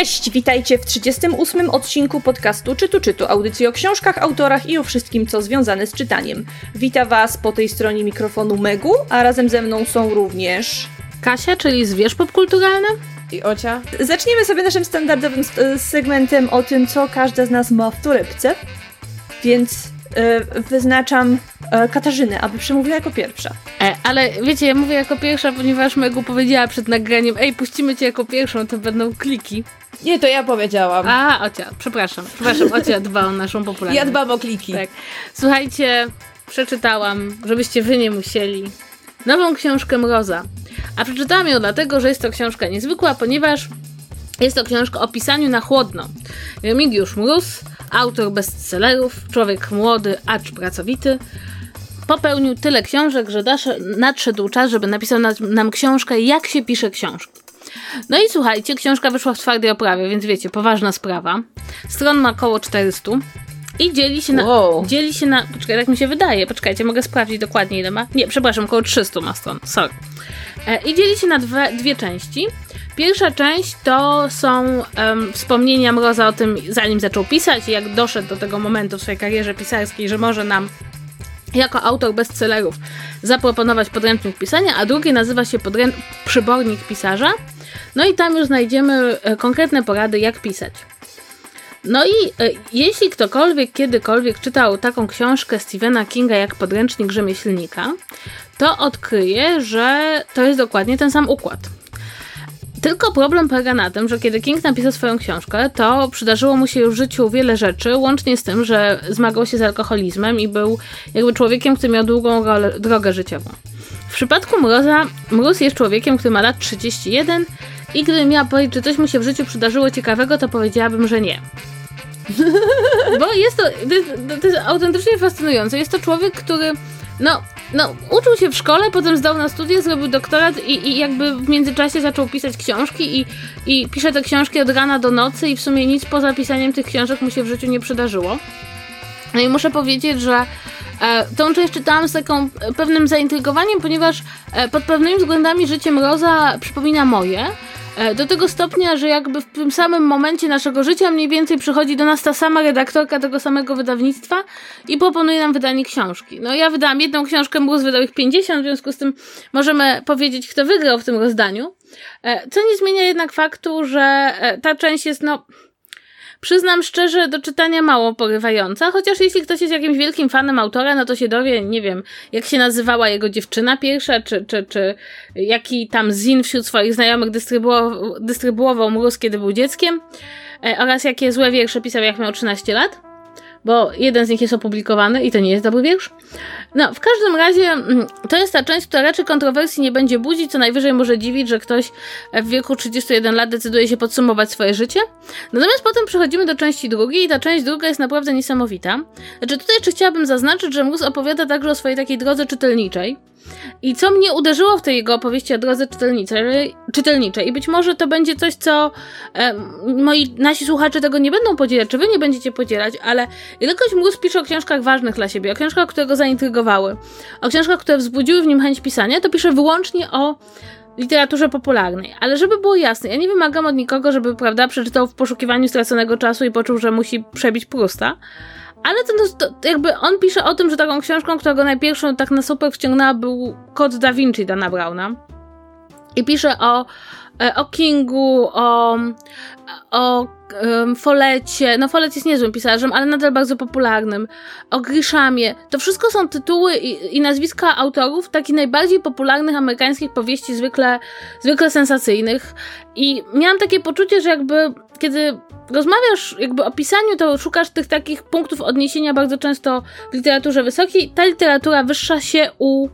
Cześć, witajcie w 38. odcinku podcastu Czytu, audycji o książkach, autorach i o wszystkim, co związane z czytaniem. Witam was po tej stronie mikrofonu Megu, a razem ze mną są również Kasia, czyli zwierz popkulturalne, i Ocia. Zaczniemy sobie naszym standardowym segmentem o tym, co każda z nas ma w torebce, więc wyznaczam Katarzynę, aby przemówiła jako pierwsza. Ale wiecie, ja mówię jako pierwsza, ponieważ Megu powiedziała przed nagraniem, puścimy cię jako pierwszą, to będą kliki. Nie, to ja powiedziałam. Ocia, przepraszam, Ocia dba o naszą popularność. Ja dbam o kliki. Tak. Słuchajcie, przeczytałam, żebyście wy nie musieli, nową książkę Mroza. A przeczytałam ją dlatego, że jest to książka niezwykła, ponieważ jest to książka o pisaniu na chłodno. Remigiusz Mróz, autor bestsellerów, człowiek młody, acz pracowity, popełnił tyle książek, że nadszedł czas, żeby napisał nam książkę, jak się pisze książki. No i słuchajcie, książka wyszła w twardej oprawie, więc wiecie, poważna sprawa. Stron ma około 400 i dzieli się na... Poczekaj, tak mi się wydaje. Poczekajcie, mogę sprawdzić dokładnie, ile ma. Nie, przepraszam, około 300 ma stron. Sorry. I dzieli się na dwie części. Pierwsza część to są wspomnienia Mroza o tym, zanim zaczął pisać i jak doszedł do tego momentu w swojej karierze pisarskiej, że może nam jako autor bestsellerów zaproponować podręcznik pisania, a drugie nazywa się Przybornik pisarza. No i tam już znajdziemy konkretne porady, jak pisać. No i jeśli ktokolwiek kiedykolwiek czytał taką książkę Stephena Kinga jak Podręcznik rzemieślnika, to odkryje, że to jest dokładnie ten sam układ. Tylko problem polega na tym, że kiedy King napisał swoją książkę, to przydarzyło mu się już w życiu wiele rzeczy, łącznie z tym, że zmagał się z alkoholizmem i był jakby człowiekiem, który miał długą drogę życiową. W przypadku Mroza, Mróz jest człowiekiem, który ma lat 31 i gdybym miała powiedzieć, czy coś mu się w życiu przydarzyło ciekawego, to powiedziałabym, że nie. Bo jest to jest autentycznie fascynujące. Jest to człowiek, który uczył się w szkole, potem zdał na studia, zrobił doktorat i jakby w międzyczasie zaczął pisać książki i pisze te książki od rana do nocy i w sumie nic poza pisaniem tych książek mu się w życiu nie przydarzyło. No i muszę powiedzieć, że tą część czytałam z taką pewnym zaintrygowaniem, ponieważ pod pewnymi względami życie Mroza przypomina moje. Do tego stopnia, że jakby w tym samym momencie naszego życia mniej więcej przychodzi do nas ta sama redaktorka tego samego wydawnictwa i proponuje nam wydanie książki. No ja wydałam jedną książkę, Mróz wydał ich 50, w związku z tym możemy powiedzieć, kto wygrał w tym rozdaniu. Co nie zmienia jednak faktu, że ta część jest, przyznam szczerze, do czytania mało porywająca, chociaż jeśli ktoś jest jakimś wielkim fanem autora, no to się dowie, nie wiem, jak się nazywała jego dziewczyna pierwsza, czy jaki tam zin wśród swoich znajomych dystrybuował Mróz, kiedy był dzieckiem, oraz jakie złe wiersze pisał, jak miał 13 lat, bo jeden z nich jest opublikowany i to nie jest dobry wiersz. No, w każdym razie to jest ta część, która raczej kontrowersji nie będzie budzić, co najwyżej może dziwić, że ktoś w wieku 31 lat decyduje się podsumować swoje życie. Natomiast potem przechodzimy do części drugiej i ta część druga jest naprawdę niesamowita. Znaczy tutaj jeszcze chciałabym zaznaczyć, że Mróz opowiada także o swojej takiej drodze czytelniczej. I co mnie uderzyło w tej jego opowieści o drodze czytelniczej i być może to będzie coś, co nasi słuchacze tego nie będą podzielać, czy wy nie będziecie podzielać, ale ilekroć Mróz pisze o książkach ważnych dla siebie, o książkach, które go zaintrygowały, o książkach, które wzbudziły w nim chęć pisania, to pisze wyłącznie o literaturze popularnej. Ale żeby było jasne, ja nie wymagam od nikogo, żeby, przeczytał W poszukiwaniu straconego czasu i poczuł, że musi przebić Prusta. Ale to jakby on pisze o tym, że taką książką, która go najpierwszą tak na super wciągnęła, był Kod Da Vinci Dana Browna. I pisze o Kingu, o Follecie. No Follett jest niezłym pisarzem, ale nadal bardzo popularnym. O Grishamie. To wszystko są tytuły i nazwiska autorów takich najbardziej popularnych amerykańskich powieści, zwykle sensacyjnych. I miałam takie poczucie, że jakby kiedy rozmawiasz jakby o pisaniu, to szukasz tych takich punktów odniesienia bardzo często w literaturze wysokiej. Ta literatura wyższa się u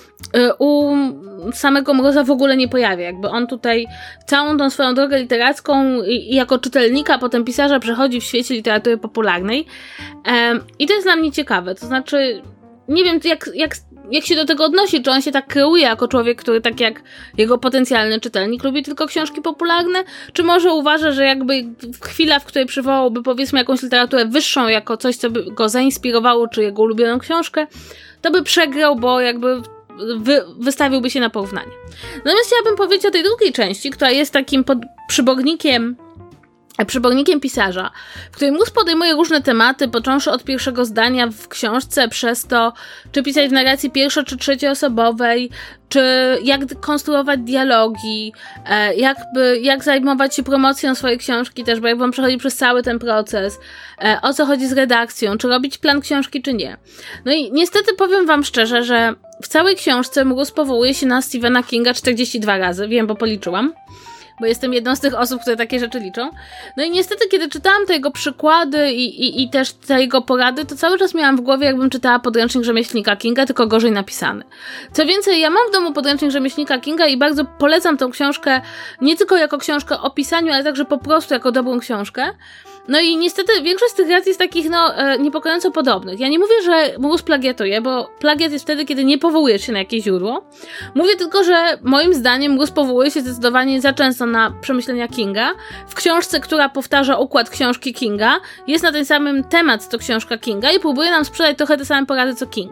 samego Mroza w ogóle nie pojawia. Jakby on tutaj całą tą swoją drogę literacką i jako czytelnika, potem pisarza przechodzi w świecie literatury popularnej. I to jest dla mnie ciekawe. To znaczy, nie wiem jak się do tego odnosi, czy on się tak kreuje jako człowiek, który tak jak jego potencjalny czytelnik lubi tylko książki popularne, czy może uważa, że jakby chwila, w której przywołałby powiedzmy jakąś literaturę wyższą jako coś, co by go zainspirowało, czy jego ulubioną książkę, to by przegrał, bo jakby wystawiłby się na porównanie. Natomiast chciałabym powiedzieć o tej drugiej części, która jest takim przybornikiem przybornikiem pisarza, w którym Mróz podejmuje różne tematy, począwszy od pierwszego zdania w książce, przez to, czy pisać w narracji pierwszo- czy trzecioosobowej, czy jak konstruować dialogi, jak zajmować się promocją swojej książki też, bo jak wam przechodzi przez cały ten proces, o co chodzi z redakcją, czy robić plan książki, czy nie. No i niestety powiem wam szczerze, że w całej książce Mróz powołuje się na Stephena Kinga 42 razy, wiem, bo policzyłam, bo jestem jedną z tych osób, które takie rzeczy liczą. No i niestety, kiedy czytałam te jego przykłady i też te jego porady, to cały czas miałam w głowie, jakbym czytała podręcznik rzemieślnika Kinga, tylko gorzej napisany. Co więcej, ja mam w domu podręcznik rzemieślnika Kinga i bardzo polecam tą książkę nie tylko jako książkę o pisaniu, ale także po prostu jako dobrą książkę. No i niestety większość z tych rad jest takich, niepokojąco podobnych. Ja nie mówię, że Mróz plagiatuje, bo plagiat jest wtedy, kiedy nie powołujesz się na jakieś źródło. Mówię tylko, że moim zdaniem Mróz powołuje się zdecydowanie za często na przemyślenia Kinga. W książce, która powtarza układ książki Kinga, jest na ten samym temat co książka Kinga i próbuje nam sprzedać trochę te same porady co King.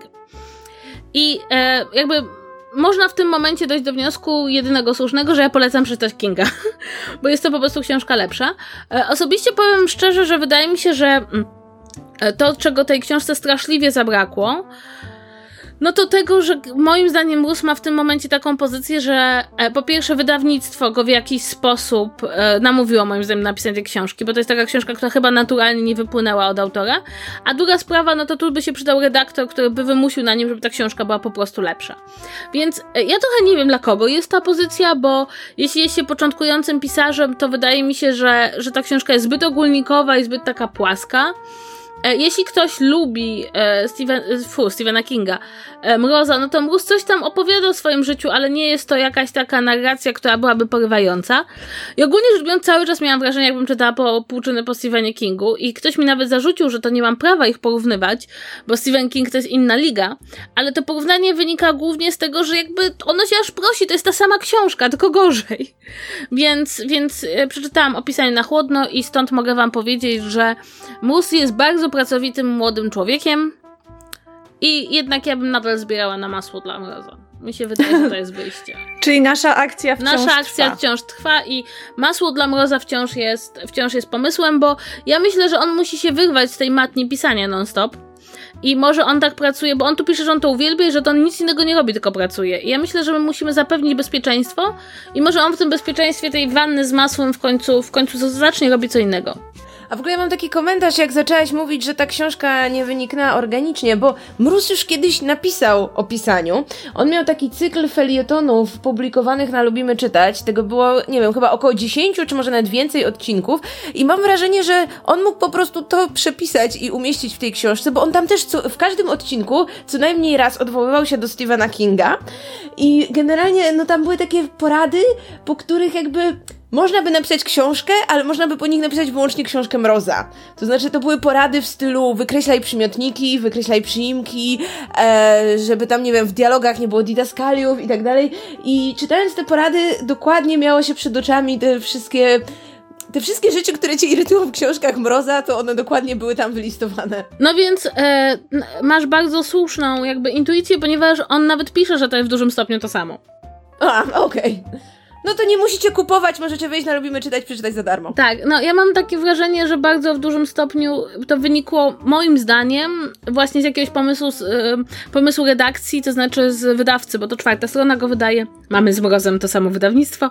I jakby można w tym momencie dojść do wniosku jedynego słusznego, że ja polecam przeczytać Kinga, bo jest to po prostu książka lepsza. Osobiście powiem szczerze, że wydaje mi się, że to, czego tej książce straszliwie zabrakło, no to tego, że moim zdaniem Mróz ma w tym momencie taką pozycję, że po pierwsze wydawnictwo go w jakiś sposób namówiło moim zdaniem na napisanie tej książki, bo to jest taka książka, która chyba naturalnie nie wypłynęła od autora, a druga sprawa, no to tu by się przydał redaktor, który by wymusił na nim, żeby ta książka była po prostu lepsza. Więc ja trochę nie wiem, dla kogo jest ta pozycja, bo jeśli jest się początkującym pisarzem, to wydaje mi się, że ta książka jest zbyt ogólnikowa i zbyt taka płaska. Jeśli ktoś lubi Stephena Kinga, Mroza, no to Mróz coś tam opowiada o swoim życiu, ale nie jest to jakaś taka narracja, która byłaby porywająca. I ogólnie rzecz biorąc, cały czas miałam wrażenie, jakbym czytała półczyny po Stephenie Kingu i ktoś mi nawet zarzucił, że to nie mam prawa ich porównywać, bo Stephen King to jest inna liga, ale to porównanie wynika głównie z tego, że jakby ono się aż prosi, to jest ta sama książka, tylko gorzej. Więc przeczytałam Opisanie na chłodno i stąd mogę wam powiedzieć, że Mróz jest bardzo pracowitym młodym człowiekiem i jednak ja bym nadal zbierała na masło dla Mroza. Mi się wydaje, że to jest wyjście. Czyli nasza akcja wciąż trwa i masło dla Mroza wciąż jest pomysłem, bo ja myślę, że on musi się wyrwać z tej matni pisania non-stop. I może on tak pracuje, bo on tu pisze, że on to uwielbia i że to on nic innego nie robi, tylko pracuje. I ja myślę, że my musimy zapewnić bezpieczeństwo i może on w tym bezpieczeństwie tej wanny z masłem w końcu zacznie robić co innego. A w ogóle ja mam taki komentarz, jak zaczęłaś mówić, że ta książka nie wyniknęła organicznie, bo Mróz już kiedyś napisał o pisaniu. On miał taki cykl felietonów publikowanych na Lubimy Czytać. Tego było, nie wiem, chyba około 10 czy może nawet więcej odcinków. I mam wrażenie, że on mógł po prostu to przepisać i umieścić w tej książce, bo on tam też w każdym odcinku co najmniej raz odwoływał się do Stephena Kinga. I generalnie, no tam były takie porady, po których jakby można by napisać książkę, ale można by po nich napisać wyłącznie książkę Mroza. To znaczy, to były porady w stylu wykreślaj przymiotniki, wykreślaj przyimki, żeby tam, nie wiem, w dialogach nie było didaskaliów i tak dalej. I czytając te porady, dokładnie miało się przed oczami te wszystkie rzeczy, które cię irytują w książkach Mroza, to one dokładnie były tam wylistowane. No więc masz bardzo słuszną jakby intuicję, ponieważ on nawet pisze, że to jest w dużym stopniu to samo. Okej. No to nie musicie kupować, możecie wejść na Lubimy Czytać, przeczytać za darmo. Tak, no ja mam takie wrażenie, że bardzo w dużym stopniu to wynikło moim zdaniem właśnie z jakiegoś pomysłu redakcji, to znaczy z wydawcy, bo to 4. strona go wydaje. Mamy z Mrozem to samo wydawnictwo.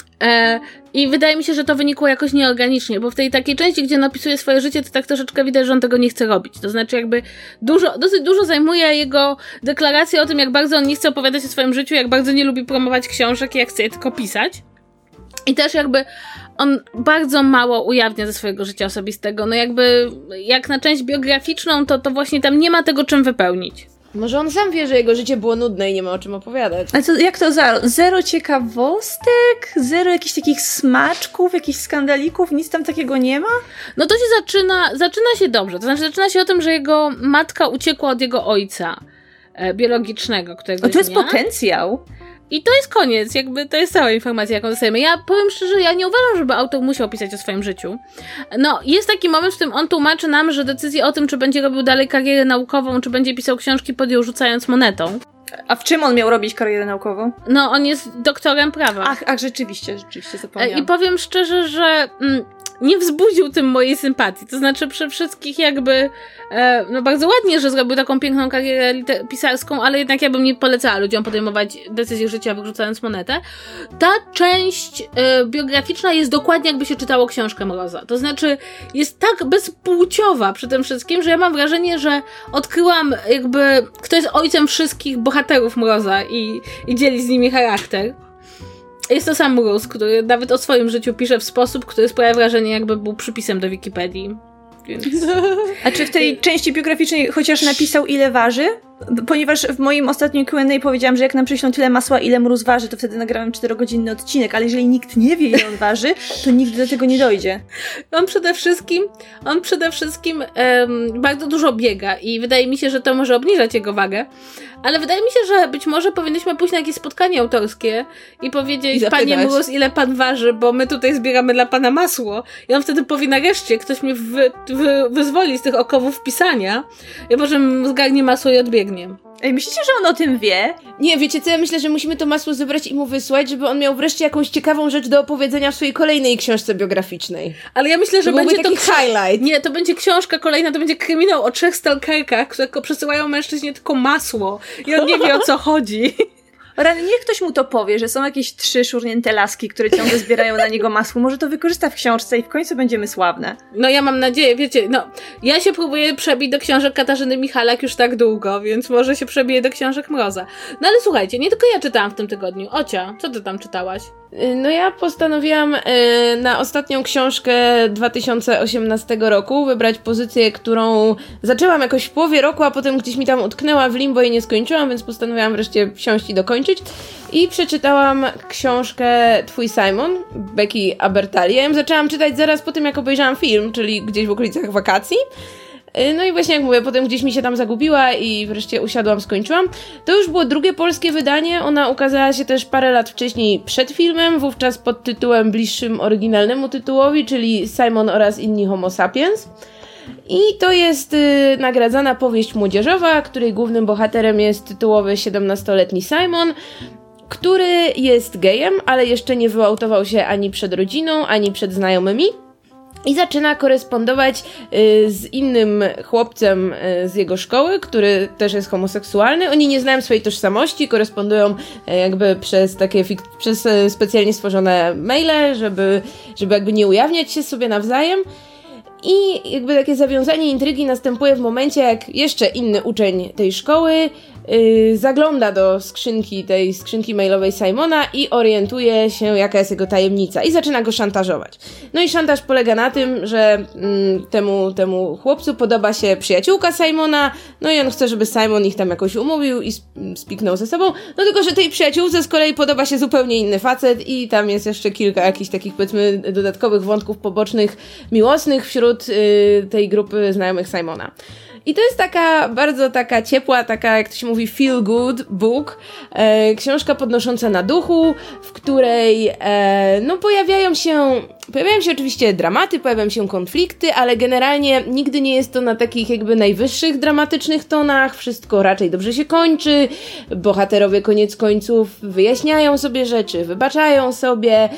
I wydaje mi się, że to wynikło jakoś nieorganicznie, bo w tej takiej części, gdzie on opisuje swoje życie, to tak troszeczkę widać, że on tego nie chce robić. To znaczy jakby dosyć dużo zajmuje jego deklaracja o tym, jak bardzo on nie chce opowiadać o swoim życiu, jak bardzo nie lubi promować książek i jak chce je tylko pisać. I też jakby on bardzo mało ujawnia ze swojego życia osobistego. No jakby jak na część biograficzną, to właśnie tam nie ma tego czym wypełnić. Może on sam wie, że jego życie było nudne i nie ma o czym opowiadać. Ale to jak to zero ciekawostek? Zero jakichś takich smaczków, jakichś skandalików? Nic tam takiego nie ma? No to się zaczyna się dobrze. To znaczy zaczyna się o tym, że jego matka uciekła od jego ojca biologicznego któregoś dnia. To jest potencjał. I to jest koniec, jakby to jest cała informacja, jaką dostajemy. Ja powiem szczerze, ja nie uważam, żeby autor musiał pisać o swoim życiu. No, jest taki moment, w którym on tłumaczy nam, że decyzję o tym, czy będzie robił dalej karierę naukową, czy będzie pisał książki, podjął rzucając monetą. A w czym on miał robić karierę naukową? No, on jest doktorem prawa. Ach, rzeczywiście zapomniałam. I powiem szczerze, że nie wzbudził tym mojej sympatii. To znaczy przy wszystkich jakby no bardzo ładnie, że zrobił taką piękną karierę pisarską, ale jednak ja bym nie polecała ludziom podejmować decyzji życiowych rzucając monetę. Ta część biograficzna jest dokładnie jakby się czytało książkę Mroza. To znaczy jest tak bezpłciowa przy tym wszystkim, że ja mam wrażenie, że odkryłam jakby kto jest ojcem wszystkich bohaterów Mroza i dzieli z nimi charakter. Jest to sam Mróz, który nawet o swoim życiu pisze w sposób, który sprawia wrażenie, jakby był przypisem do Wikipedii. Więc... A czy w tej części biograficznej chociaż napisał, ile waży? Ponieważ w moim ostatnim Q&A powiedziałam, że jak nam przyślą tyle masła, ile mróz waży, to wtedy nagrałem 4-godzinny odcinek, ale jeżeli nikt nie wie, ile on waży, to nigdy do tego nie dojdzie. On przede wszystkim bardzo dużo biega i wydaje mi się, że to może obniżać jego wagę, ale wydaje mi się, że być może powinniśmy pójść na jakieś spotkanie autorskie i powiedzieć, panie Mróz, ile pan waży, bo my tutaj zbieramy dla pana masło. I on wtedy powie, nareszcie, ktoś mnie wyzwoli z tych okowów pisania. Ja może zgarnie masło i odbiegnie. Ej, myślicie, że on o tym wie? Nie, wiecie co, ja myślę, że musimy to masło zebrać i mu wysłać, żeby on miał wreszcie jakąś ciekawą rzecz do opowiedzenia w swojej kolejnej książce biograficznej. Ale ja myślę, że będzie taki highlight. Nie, to będzie książka kolejna, to będzie kryminał o 3 stalkerkach, które przesyłają mężczyźnie tylko masło. I on nie wie, o co chodzi. Rany, niech ktoś mu to powie, że są jakieś 3 szurnięte laski, które ciągle zbierają na niego masło. Może to wykorzysta w książce i w końcu będziemy sławne. No ja mam nadzieję, wiecie, ja się próbuję przebić do książek Katarzyny Michalak już tak długo, więc może się przebiję do książek Mroza. No ale słuchajcie, nie tylko ja czytałam w tym tygodniu. Ocia, co ty tam czytałaś? No ja postanowiłam na ostatnią książkę 2018 roku wybrać pozycję, którą zaczęłam jakoś w połowie roku, a potem gdzieś mi tam utknęła w limbo i nie skończyłam, więc postanowiłam wreszcie wsiąść i dokończyć. I przeczytałam książkę Twój Simon, Becky Abertali. Ja ją zaczęłam czytać zaraz po tym, jak obejrzałam film, czyli gdzieś w okolicach wakacji. No i właśnie jak mówię, potem gdzieś mi się tam zagubiła i wreszcie usiadłam, skończyłam. To już było drugie polskie wydanie, ona ukazała się też parę lat wcześniej przed filmem, wówczas pod tytułem bliższym oryginalnemu tytułowi, czyli Simon oraz inni Homo sapiens. I to jest nagradzana powieść młodzieżowa, której głównym bohaterem jest tytułowy 17-letni Simon, który jest gejem, ale jeszcze nie wyautował się ani przed rodziną, ani przed znajomymi. I zaczyna korespondować z innym chłopcem z jego szkoły, który też jest homoseksualny. Oni nie znają swojej tożsamości, korespondują jakby przez takie przez specjalnie stworzone maile, żeby jakby nie ujawniać się sobie nawzajem. I jakby takie zawiązanie intrygi następuje w momencie, jak jeszcze inny uczeń tej szkoły zagląda do tej skrzynki mailowej Simona i orientuje się, jaka jest jego tajemnica i zaczyna go szantażować. No i szantaż polega na tym, że temu chłopcu podoba się przyjaciółka Simona, no i on chce, żeby Simon ich tam jakoś umówił i spiknął ze sobą, no tylko, że tej przyjaciółce z kolei podoba się zupełnie inny facet i tam jest jeszcze kilka jakichś takich, powiedzmy, dodatkowych wątków pobocznych, miłosnych wśród tej grupy znajomych Simona. I to jest taka, bardzo taka ciepła, taka, jak to się mówi, feel good book, książka podnosząca na duchu, w której pojawiają się oczywiście dramaty, pojawiają się konflikty, ale generalnie nigdy nie jest to na takich jakby najwyższych dramatycznych tonach, wszystko raczej dobrze się kończy, bohaterowie koniec końców wyjaśniają sobie rzeczy, wybaczają sobie.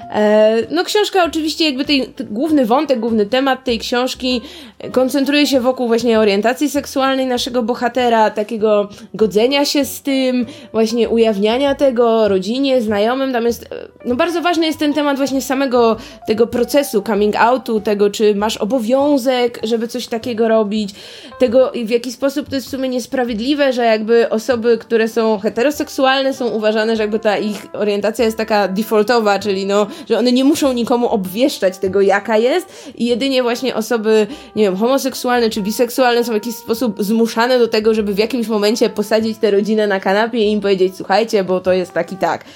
Książka oczywiście jakby główny wątek, główny temat tej książki koncentruje się wokół właśnie orientacji seksualnej naszego bohatera, takiego godzenia się z tym, właśnie ujawniania tego rodzinie, znajomym. Tam jest, bardzo ważny jest ten temat właśnie samego tego procesu coming outu, tego czy masz obowiązek, żeby coś takiego robić, tego w jaki sposób to jest w sumie niesprawiedliwe, że jakby osoby, które są heteroseksualne są uważane, że jakby ta ich orientacja jest taka defaultowa, czyli że one nie muszą nikomu obwieszczać tego, jaka jest i jedynie właśnie osoby, nie wiem, homoseksualne czy biseksualne są w jakiś sposób zmuszane do tego, żeby w jakimś momencie posadzić tę rodzinę na kanapie i im powiedzieć, słuchajcie, bo to jest tak i tak.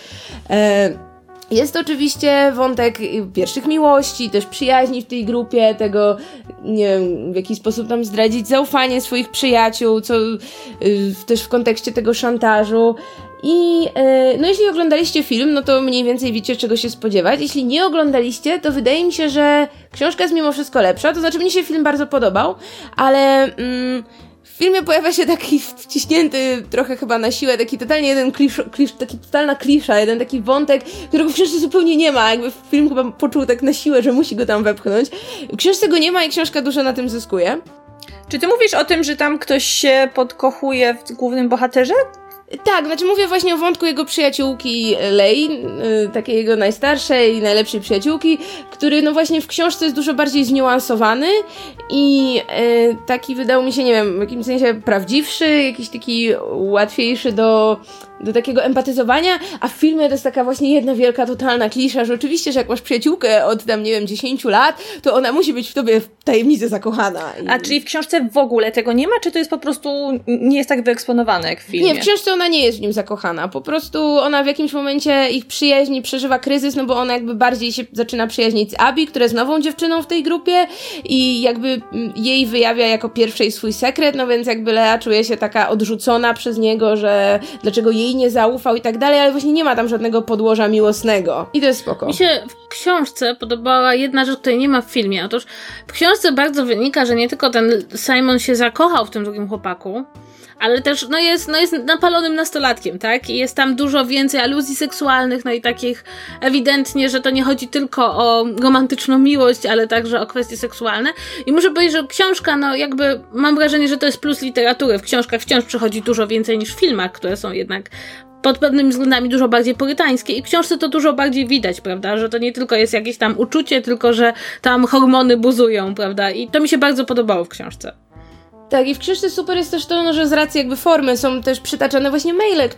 Jest oczywiście wątek pierwszych miłości, też przyjaźni w tej grupie, tego, nie wiem, w jaki sposób tam zdradzić zaufanie swoich przyjaciół, co też w kontekście tego szantażu. I jeśli oglądaliście film, no to mniej więcej wiecie, czego się spodziewać. Jeśli nie oglądaliście, to wydaje mi się, że książka jest mimo wszystko lepsza. To znaczy, mnie się film bardzo podobał, ale filmie pojawia się taki wciśnięty trochę chyba na siłę, taki totalnie jeden taki totalna klisza, jeden taki wątek, którego w książce zupełnie nie ma, jakby film chyba poczuł tak na siłę, że musi go tam wepchnąć. W książce go nie ma i książka dużo na tym zyskuje. Czy ty mówisz o tym, że tam ktoś się podkochuje w głównym bohaterze? Tak, znaczy mówię właśnie o wątku jego przyjaciółki Lei, takiej jego najstarszej, najlepszej przyjaciółki, który no właśnie w książce jest dużo bardziej zniuansowany i taki wydał mi się, nie wiem, w jakimś sensie prawdziwszy, jakiś taki łatwiejszy do takiego empatyzowania, a w filmie to jest taka właśnie jedna wielka, totalna klisza, że oczywiście, że jak masz przyjaciółkę od tam, nie wiem, 10 lat, to ona musi być w tobie w tajemnicy zakochana. A czyli w książce w ogóle tego nie ma, czy to jest po prostu, nie jest tak wyeksponowane jak w filmie? Nie, w książce ona nie jest w nim zakochana, po prostu ona w jakimś momencie ich przyjaźni przeżywa kryzys, no bo ona jakby bardziej się zaczyna przyjaźnić z Abby, która jest nową dziewczyną w tej grupie i jakby jej wyjawia jako pierwszej swój sekret, no więc jakby Lea czuje się taka odrzucona przez niego, że dlaczego jej nie zaufał i tak dalej, ale właśnie nie ma tam żadnego podłoża miłosnego. I to jest spoko. Mi się w książce podobała jedna rzecz, której nie ma w filmie. Otóż w książce bardzo wynika, że nie tylko ten Simon się zakochał w tym drugim chłopaku, ale też jest napalonym nastolatkiem, tak? I jest tam dużo więcej aluzji seksualnych, no i takich ewidentnie, że to nie chodzi tylko o romantyczną miłość, ale także o kwestie seksualne. I muszę powiedzieć, że książka, no jakby mam wrażenie, że to jest plus literatury. W książkach wciąż przychodzi dużo więcej niż w filmach, które są jednak pod pewnymi względami dużo bardziej purytańskie i w książce to dużo bardziej widać, prawda, że to nie tylko jest jakieś tam uczucie, tylko że tam hormony buzują, prawda, i to mi się bardzo podobało w książce. Tak, i w książce super jest też to, no, że z racji jakby formy są też przytaczane właśnie maile,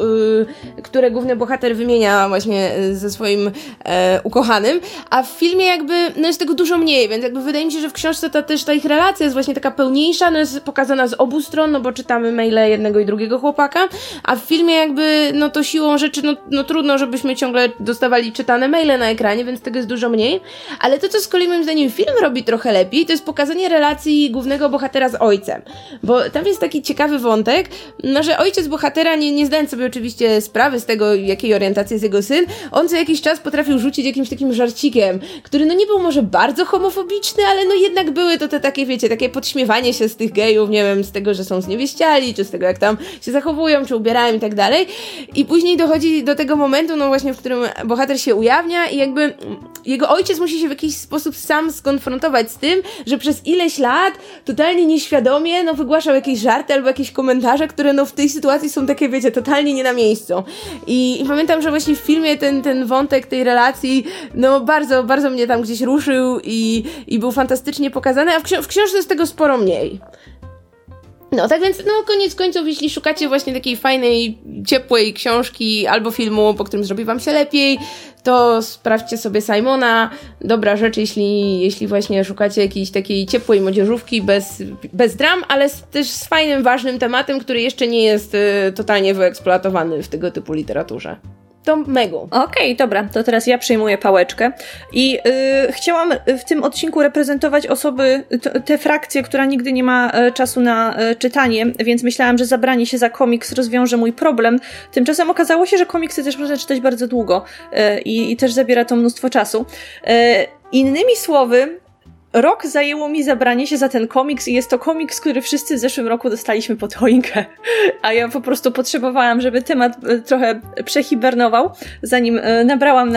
które główny bohater wymienia właśnie ze swoim ukochanym, a w filmie jakby no jest tego dużo mniej, więc jakby wydaje mi się, że w książce ta ich relacja jest właśnie taka pełniejsza, no jest pokazana z obu stron, no bo czytamy maile jednego i drugiego chłopaka, a w filmie jakby no to siłą rzeczy no trudno, żebyśmy ciągle dostawali czytane maile na ekranie, więc tego jest dużo mniej, ale to co z kolei moim zdaniem film robi trochę lepiej, to jest pokazanie relacji głównego bohatera z ojcem. Bo tam jest taki ciekawy wątek, no, że ojciec bohatera, nie zdając sobie oczywiście sprawy z tego, jakiej orientacji jest jego syn, on co jakiś czas potrafił rzucić jakimś takim żarcikiem, który no nie był może bardzo homofobiczny, ale no jednak były to te takie, wiecie, takie podśmiewanie się z tych gejów, nie wiem, z tego, że są zniewieściali, czy z tego, jak tam się zachowują, czy ubierają i tak dalej. I później dochodzi do tego momentu, no właśnie, w którym bohater się ujawnia i jakby jego ojciec musi się w jakiś sposób sam skonfrontować z tym, że przez ileś lat totalnie nieświadomie wygłaszał jakieś żarty albo jakieś komentarze, które no w tej sytuacji są takie, wiecie, totalnie nie na miejscu. I pamiętam, że właśnie w filmie ten wątek tej relacji no bardzo, bardzo mnie tam gdzieś ruszył i był fantastycznie pokazany, a w książce jest tego sporo mniej. No, tak więc, no, koniec końców, jeśli szukacie właśnie takiej fajnej, ciepłej książki albo filmu, po którym zrobi wam się lepiej, to sprawdźcie sobie Simona. Dobra rzecz, jeśli właśnie szukacie jakiejś takiej ciepłej młodzieżówki bez dram, ale też z fajnym, ważnym tematem, który jeszcze nie jest totalnie wyeksploatowany w tego typu literaturze. To Megu. Okej, dobra, to teraz ja przejmuję pałeczkę i chciałam w tym odcinku reprezentować osoby, te frakcje, która nigdy nie ma czasu na czytanie, więc myślałam, że zabranie się za komiks rozwiąże mój problem. Tymczasem okazało się, że komiksy też można czytać bardzo długo i też zabiera to mnóstwo czasu. Innymi słowy, rok zajęło mi zabranie się za ten komiks i jest to komiks, który wszyscy w zeszłym roku dostaliśmy pod choinkę. A ja po prostu potrzebowałam, żeby temat trochę przehibernował, zanim nabrałam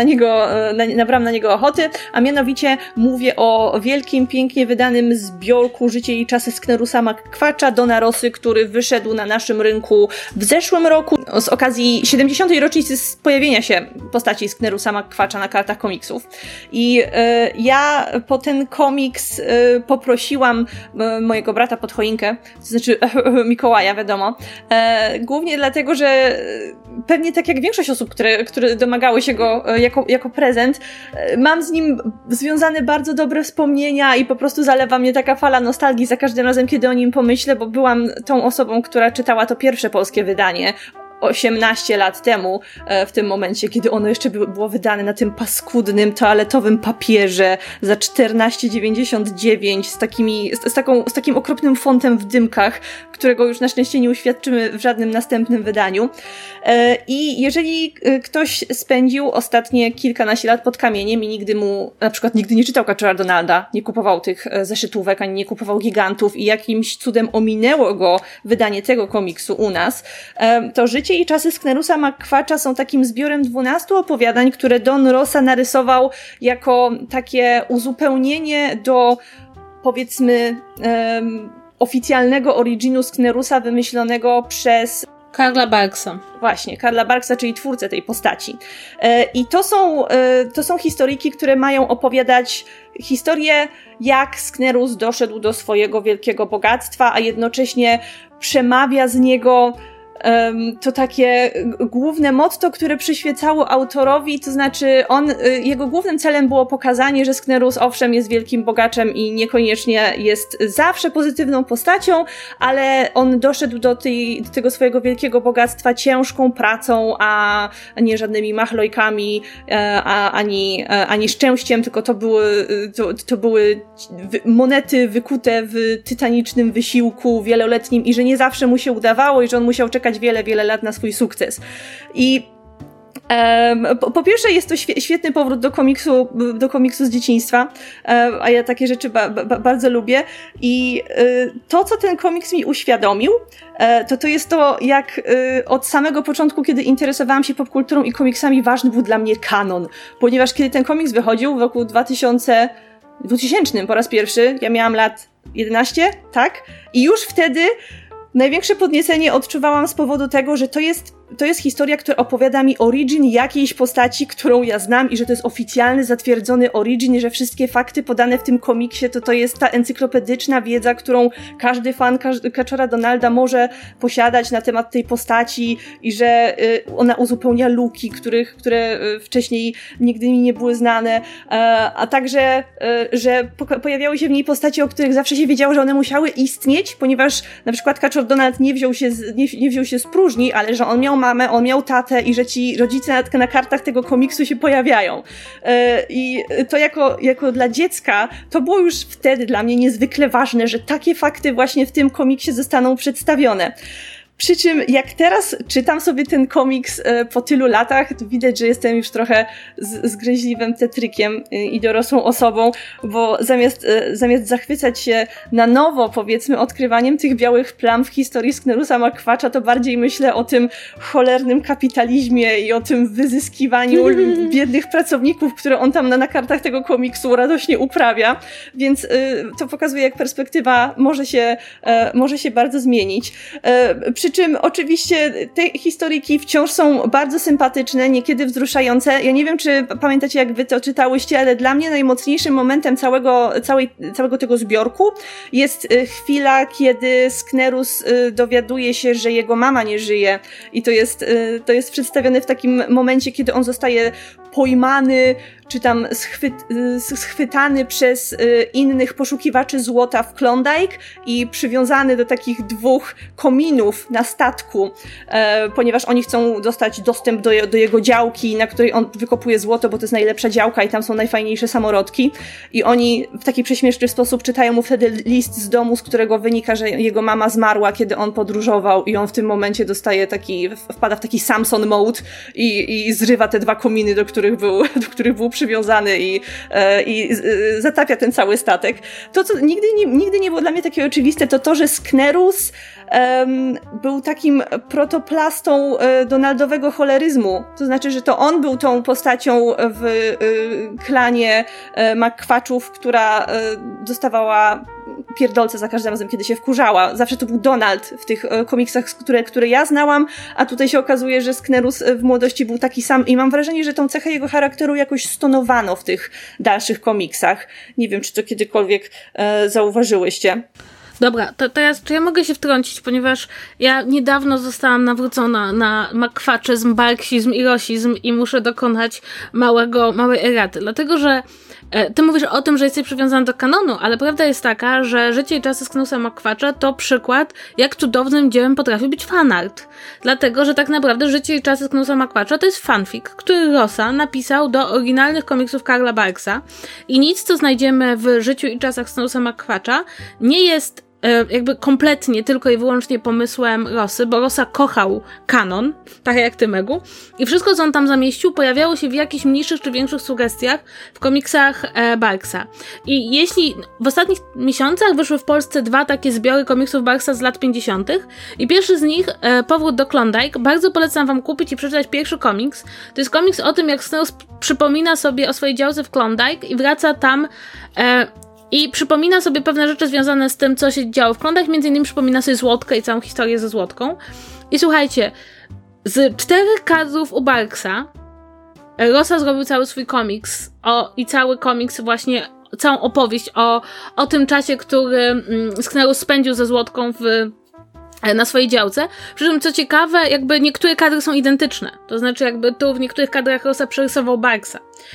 na niego ochoty, a mianowicie mówię o wielkim, pięknie wydanym zbiorku Życie i czasy Sknerusa McQuatcha Dona Rosy, który wyszedł na naszym rynku w zeszłym roku z okazji 70. rocznicy pojawienia się postaci Sknerusa McQuatcha na kartach komiksów. I ja po ten komiks poprosiłam mojego brata pod choinkę, to znaczy Mikołaja, wiadomo. Głównie dlatego, że pewnie tak jak większość osób, które domagały się go jako prezent, mam z nim związane bardzo dobre wspomnienia i po prostu zalewa mnie taka fala nostalgii za każdym razem, kiedy o nim pomyślę, bo byłam tą osobą, która czytała to pierwsze polskie wydanie 18 lat temu, w tym momencie, kiedy ono jeszcze było wydane na tym paskudnym, toaletowym papierze za 14,99 z takim okropnym fontem w dymkach, którego już na szczęście nie uświadczymy w żadnym następnym wydaniu. I jeżeli ktoś spędził ostatnie kilkanaście lat pod kamieniem i na przykład nigdy nie czytał Kaczora Donalda, nie kupował tych zeszytówek, ani nie kupował gigantów i jakimś cudem ominęło go wydanie tego komiksu u nas, to Życie i czasy Sknerusa McQuatcha są takim zbiorem 12 opowiadań, które Don Rosa narysował jako takie uzupełnienie do, powiedzmy, oficjalnego originu Sknerusa wymyślonego przez Karla Barksa. Właśnie, Karla Barksa, czyli twórcę tej postaci. I to są historyjki, które mają opowiadać historię, jak Sknerus doszedł do swojego wielkiego bogactwa, a jednocześnie przemawia z niego to takie główne motto, które przyświecało autorowi, to znaczy jego głównym celem było pokazanie, że Sknerus owszem jest wielkim bogaczem i niekoniecznie jest zawsze pozytywną postacią, ale on doszedł do tego swojego wielkiego bogactwa ciężką pracą, a nie żadnymi machlojkami, ani szczęściem, tylko to były monety wykute w tytanicznym wysiłku wieloletnim i że nie zawsze mu się udawało i że on musiał czekać wiele, wiele lat na swój sukces. I po pierwsze jest to świetny powrót do komiksu z dzieciństwa, a ja takie rzeczy bardzo lubię i to, co ten komiks mi uświadomił, to jest to, jak od samego początku, kiedy interesowałam się popkulturą i komiksami, ważny był dla mnie kanon, ponieważ kiedy ten komiks wychodził w roku 2000 po raz pierwszy, ja miałam lat 11, tak? I już wtedy największe podniecenie odczuwałam z powodu tego, że to jest historia, która opowiada mi origin jakiejś postaci, którą ja znam i że to jest oficjalny, zatwierdzony origin, że wszystkie fakty podane w tym komiksie to jest ta encyklopedyczna wiedza, którą każdy fan Kaczora Donalda może posiadać na temat tej postaci i że ona uzupełnia luki, które wcześniej nigdy mi nie były znane, a także, że pojawiały się w niej postaci, o których zawsze się wiedziało, że one musiały istnieć, ponieważ na przykład Kaczor Donald nie wziął się z próżni, ale że on miał mamę, on miał tatę i że ci rodzice na kartach tego komiksu się pojawiają. I to jako dla dziecka to było już wtedy dla mnie niezwykle ważne, że takie fakty właśnie w tym komiksie zostaną przedstawione. Przy czym jak teraz czytam sobie ten komiks po tylu latach, to widać, że jestem już trochę zgryźliwym tetrykiem i dorosłą osobą, bo zamiast zachwycać się na nowo, powiedzmy, odkrywaniem tych białych plam w historii Sknerusa McQuatcha, to bardziej myślę o tym cholernym kapitalizmie i o tym wyzyskiwaniu biednych pracowników, które on tam na kartach tego komiksu radośnie uprawia. Więc to pokazuje, jak perspektywa może się bardzo zmienić. Przy czym oczywiście te historyjki wciąż są bardzo sympatyczne, niekiedy wzruszające. Ja nie wiem, czy pamiętacie, jak wy to czytałyście, ale dla mnie najmocniejszym momentem całego tego zbiorku jest chwila, kiedy Sknerus dowiaduje się, że jego mama nie żyje. I to jest przedstawione w takim momencie, kiedy on zostaje pojmany, czy tam schwytany przez innych poszukiwaczy złota w Klondike i przywiązany do takich 2 kominów na statku, ponieważ oni chcą dostać dostęp do jego działki, na której on wykopuje złoto, bo to jest najlepsza działka i tam są najfajniejsze samorodki. I oni w taki prześmieszny sposób czytają mu wtedy list z domu, z którego wynika, że jego mama zmarła, kiedy on podróżował i on w tym momencie wpada w taki Samson mode i zrywa te 2 kominy, do których był przywiązany i zatapia ten cały statek. To, co nigdy nie było dla mnie takie oczywiste, to, że Sknerus był takim protoplastą donaldowego choleryzmu. To znaczy, że to on był tą postacią w klanie McQuatchów, która dostawała pierdolce za każdym razem, kiedy się wkurzała. Zawsze to był Donald w tych komiksach, które ja znałam, a tutaj się okazuje, że Sknerus w młodości był taki sam i mam wrażenie, że tą cechę jego charakteru jakoś stonowano w tych dalszych komiksach. Nie wiem, czy to kiedykolwiek zauważyłyście. Dobra, czy ja mogę się wtrącić, ponieważ ja niedawno zostałam nawrócona na McQuatchyzm, barksizm i rosizm i muszę dokonać małej eraty. Dlatego, że ty mówisz o tym, że jesteś przywiązany do kanonu, ale prawda jest taka, że Życie i czasy Skneusa McQuatcha to przykład, jak cudownym dziełem potrafi być fanart. Dlatego, że tak naprawdę Życie i czasy Skneusa McQuatcha to jest fanfic, który Rossa napisał do oryginalnych komiksów Karla Barksa i nic, co znajdziemy w Życiu i czasach Skneusa McQuatcha nie jest jakby kompletnie tylko i wyłącznie pomysłem Rossy, bo Rossa kochał kanon, tak jak ty, Megu, i wszystko, co on tam zamieścił, pojawiało się w jakichś mniejszych czy większych sugestiach w komiksach Barksa. I jeśli w ostatnich miesiącach wyszły w Polsce 2 takie zbiory komiksów Barksa z lat 50. i pierwszy z nich, Powrót do Klondike, bardzo polecam wam kupić i przeczytać pierwszy komiks. To jest komiks o tym, jak Skneus przypomina sobie o swojej działce w Klondike i wraca tam i przypomina sobie pewne rzeczy związane z tym, co się działo w Klondike, między innymi przypomina sobie Złotkę i całą historię ze Złotką. I słuchajcie, z 4 kadrów u Barksa Rossa zrobił cały swój komiks i cały komiks właśnie, całą opowieść o tym czasie, który Sknerus spędził ze Złotką na swojej działce. Przy czym, co ciekawe, jakby niektóre kadry są identyczne. To znaczy, jakby tu w niektórych kadrach Rossa przerysował Barksa.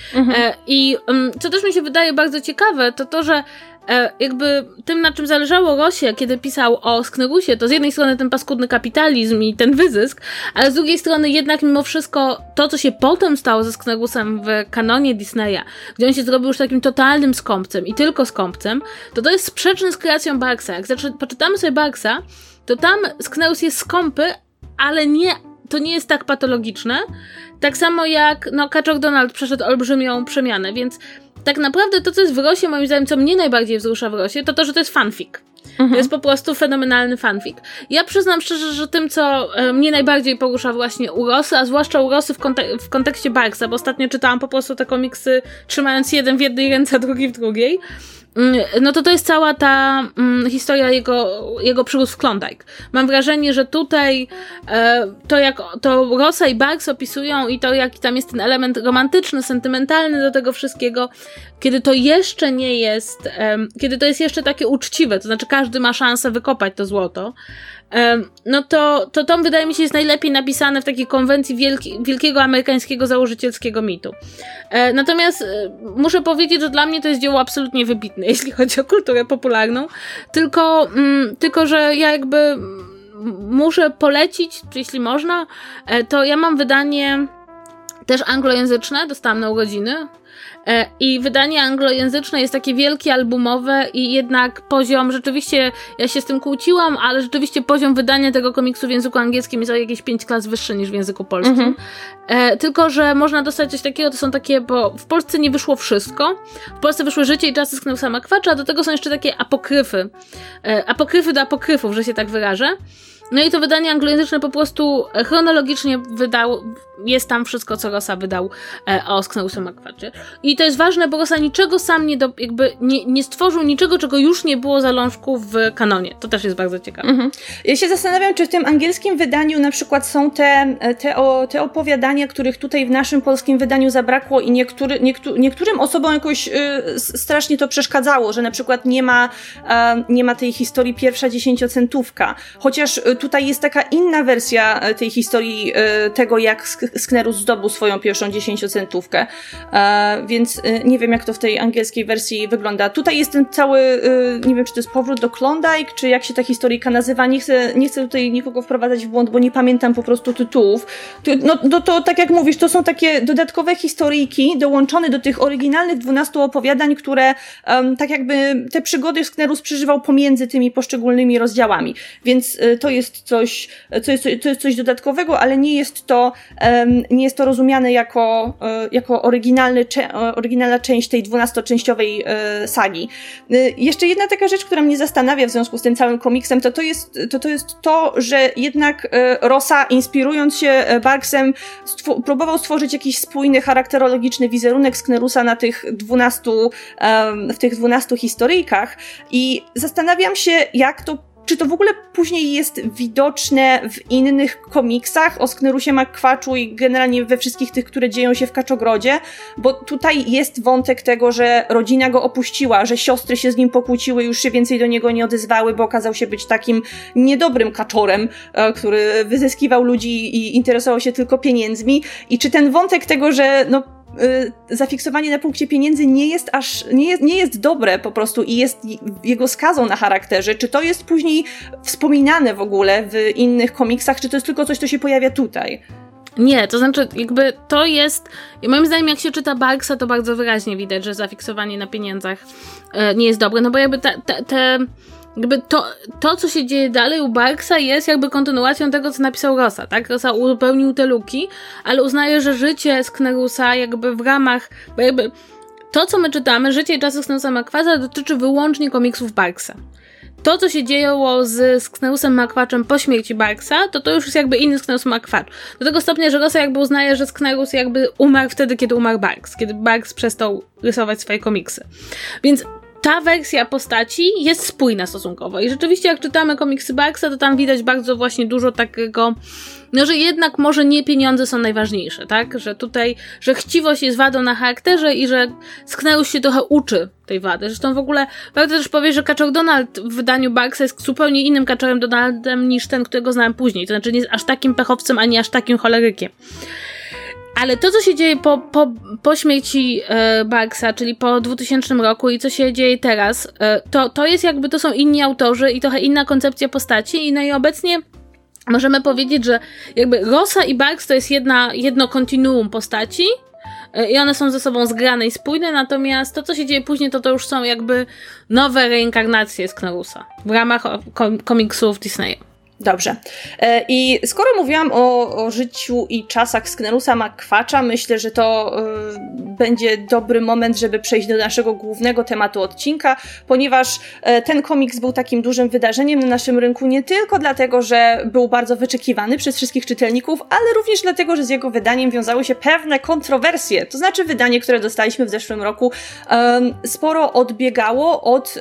I co też mi się wydaje bardzo ciekawe, to to, że jakby tym, na czym zależało Rossie, kiedy pisał o Sknerusie, to z jednej strony ten paskudny kapitalizm i ten wyzysk, ale z drugiej strony jednak mimo wszystko to, co się potem stało ze Sknerusem w kanonie Disneya, gdzie on się zrobił już takim totalnym skąpcem i tylko skąpcem, to jest sprzeczne z kreacją Barksa. Jak poczytamy sobie Barksa, to tam Sknerus jest skąpy, ale to nie jest tak patologiczne. Tak samo jak Kaczor Donald przeszedł olbrzymią przemianę, więc tak naprawdę to, co jest w Rossie, moim zdaniem, co mnie najbardziej wzrusza w Rossie, to, że to jest fanfic. To jest po prostu fenomenalny fanfic. Ja przyznam szczerze, że tym, co mnie najbardziej porusza właśnie u Rossy, a zwłaszcza u Rossy w kontekście Barksa, bo ostatnio czytałam po prostu te komiksy trzymając jeden w jednej ręce, a drugi w drugiej, no to jest cała ta historia jego przygód w Klondike. Mam wrażenie, że tutaj to jak to Rossa i Barks opisują i to jaki tam jest ten element romantyczny, sentymentalny do tego wszystkiego, kiedy to jeszcze nie jest, kiedy to jest jeszcze takie uczciwe, to znaczy każdy ma szansę wykopać to złoto, no to wydaje mi się jest najlepiej napisane w takiej konwencji wielkiego amerykańskiego założycielskiego mitu. Natomiast muszę powiedzieć, że dla mnie to jest dzieło absolutnie wybitne, jeśli chodzi o kulturę popularną, tylko że ja jakby muszę polecić, jeśli można, to ja mam wydanie też anglojęzyczne, dostałam na urodziny. I wydanie anglojęzyczne jest takie wielkie, albumowe i jednak poziom, rzeczywiście, ja się z tym kłóciłam, ale rzeczywiście poziom wydania tego komiksu w języku angielskim jest o jakieś 5 klas wyższy niż w języku polskim. Tylko, że można dostać coś takiego, to są takie, bo w Polsce nie wyszło wszystko. W Polsce wyszły Życie i czasy Skneusa McQuatcha, a do tego są jeszcze takie apokryfy. Apokryfy do apokryfów, że się tak wyrażę. No i to wydanie anglojęzyczne po prostu chronologicznie jest tam wszystko, co Rossa wydał o Skneusie McQuatchie. I to jest ważne, bo Rossa niczego sam nie stworzył niczego, czego już nie było zalążku w kanonie. To też jest bardzo ciekawe. Ja się zastanawiam, czy w tym angielskim wydaniu na przykład są te opowiadania, których tutaj w naszym polskim wydaniu zabrakło i niektórym osobom jakoś strasznie to przeszkadzało, że na przykład nie ma tej historii pierwsza 10-centówka. Chociaż tutaj jest taka inna wersja tej historii tego, jak Sknerus zdobył swoją pierwszą 10-centówkę. Więc nie wiem, jak to w tej angielskiej wersji wygląda. Tutaj jest ten cały, nie wiem, czy to jest Powrót do Klondike, czy jak się ta historyjka nazywa. Nie chcę tutaj nikogo wprowadzać w błąd, bo nie pamiętam po prostu tytułów. No to tak jak mówisz, to są takie dodatkowe historyjki dołączone do tych oryginalnych 12 opowiadań, które tak jakby te przygody Sknerus przeżywał pomiędzy tymi poszczególnymi rozdziałami. Więc to jest coś dodatkowego, ale nie jest to rozumiane jako oryginalna część tej 12-częściowej sagi. Jeszcze jedna taka rzecz, która mnie zastanawia w związku z tym całym komiksem, to jest to, że jednak Rossa, inspirując się Barksem, próbował stworzyć jakiś spójny, charakterologiczny wizerunek Sknerusa w tych 12 historyjkach i zastanawiam się, czy to w ogóle później jest widoczne w innych komiksach o Sknerusie McQuatchu i generalnie we wszystkich tych, które dzieją się w Kaczogrodzie, bo tutaj jest wątek tego, że rodzina go opuściła, że siostry się z nim pokłóciły, już się więcej do niego nie odezwały, bo okazał się być takim niedobrym kaczorem, który wyzyskiwał ludzi i interesował się tylko pieniędzmi. I czy ten wątek tego, że zafiksowanie na punkcie pieniędzy nie jest dobre po prostu i jest jego skazą na charakterze. Czy to jest później wspominane w ogóle w innych komiksach, czy to jest tylko coś, co się pojawia tutaj? Nie, to znaczy jakby to jest, moim zdaniem jak się czyta Barksa, to bardzo wyraźnie widać, że zafiksowanie na pieniądzach nie jest dobre, no bo jakby jakby to, co się dzieje dalej u Barksa jest jakby kontynuacją tego, co napisał Rossa, tak? Rossa uzupełnił te luki, ale uznaje, że życie Sknerusa jakby w ramach, bo jakby to, co my czytamy, życie i czasy Sknerusa Makwaza dotyczy wyłącznie komiksów Barksa. To, co się dzieło z Sknerusem Makwaczem po śmierci Barksa, to już jest jakby inny Sknerus Makwacz. Do tego stopnia, że Rossa jakby uznaje, że Sknerus jakby umarł wtedy, kiedy umarł Barks, kiedy Barks przestał rysować swoje komiksy. Więc ta wersja postaci jest spójna stosunkowo. I rzeczywiście jak czytamy komiksy Barksa, to tam widać bardzo właśnie dużo takiego, no że jednak może nie pieniądze są najważniejsze, tak? Że tutaj, że chciwość jest wadą na charakterze i że Sknerus się trochę uczy tej wady. Zresztą w ogóle warto też powiedzieć, że Kaczor Donald w wydaniu Barksa jest zupełnie innym Kaczorem Donaldem niż ten, którego znałem później. To znaczy nie jest aż takim pechowcem, ani aż takim cholerykiem. Ale to, co się dzieje po śmierci Barksa, czyli po 2000 roku i co się dzieje teraz, to jest jakby, to są inni autorzy i trochę inna koncepcja postaci i no i obecnie możemy powiedzieć, że jakby Rossa i Barks to jest jedno kontinuum postaci i one są ze sobą zgrane i spójne, natomiast to, co się dzieje później, to już są jakby nowe reinkarnacje Sknerusa w ramach komiksów Disneya. Dobrze. I skoro mówiłam o życiu i czasach Sknerusa Makwacza, myślę, że to będzie dobry moment, żeby przejść do naszego głównego tematu odcinka, ponieważ ten komiks był takim dużym wydarzeniem na naszym rynku nie tylko dlatego, że był bardzo wyczekiwany przez wszystkich czytelników, ale również dlatego, że z jego wydaniem wiązały się pewne kontrowersje. To znaczy wydanie, które dostaliśmy w zeszłym roku, sporo odbiegało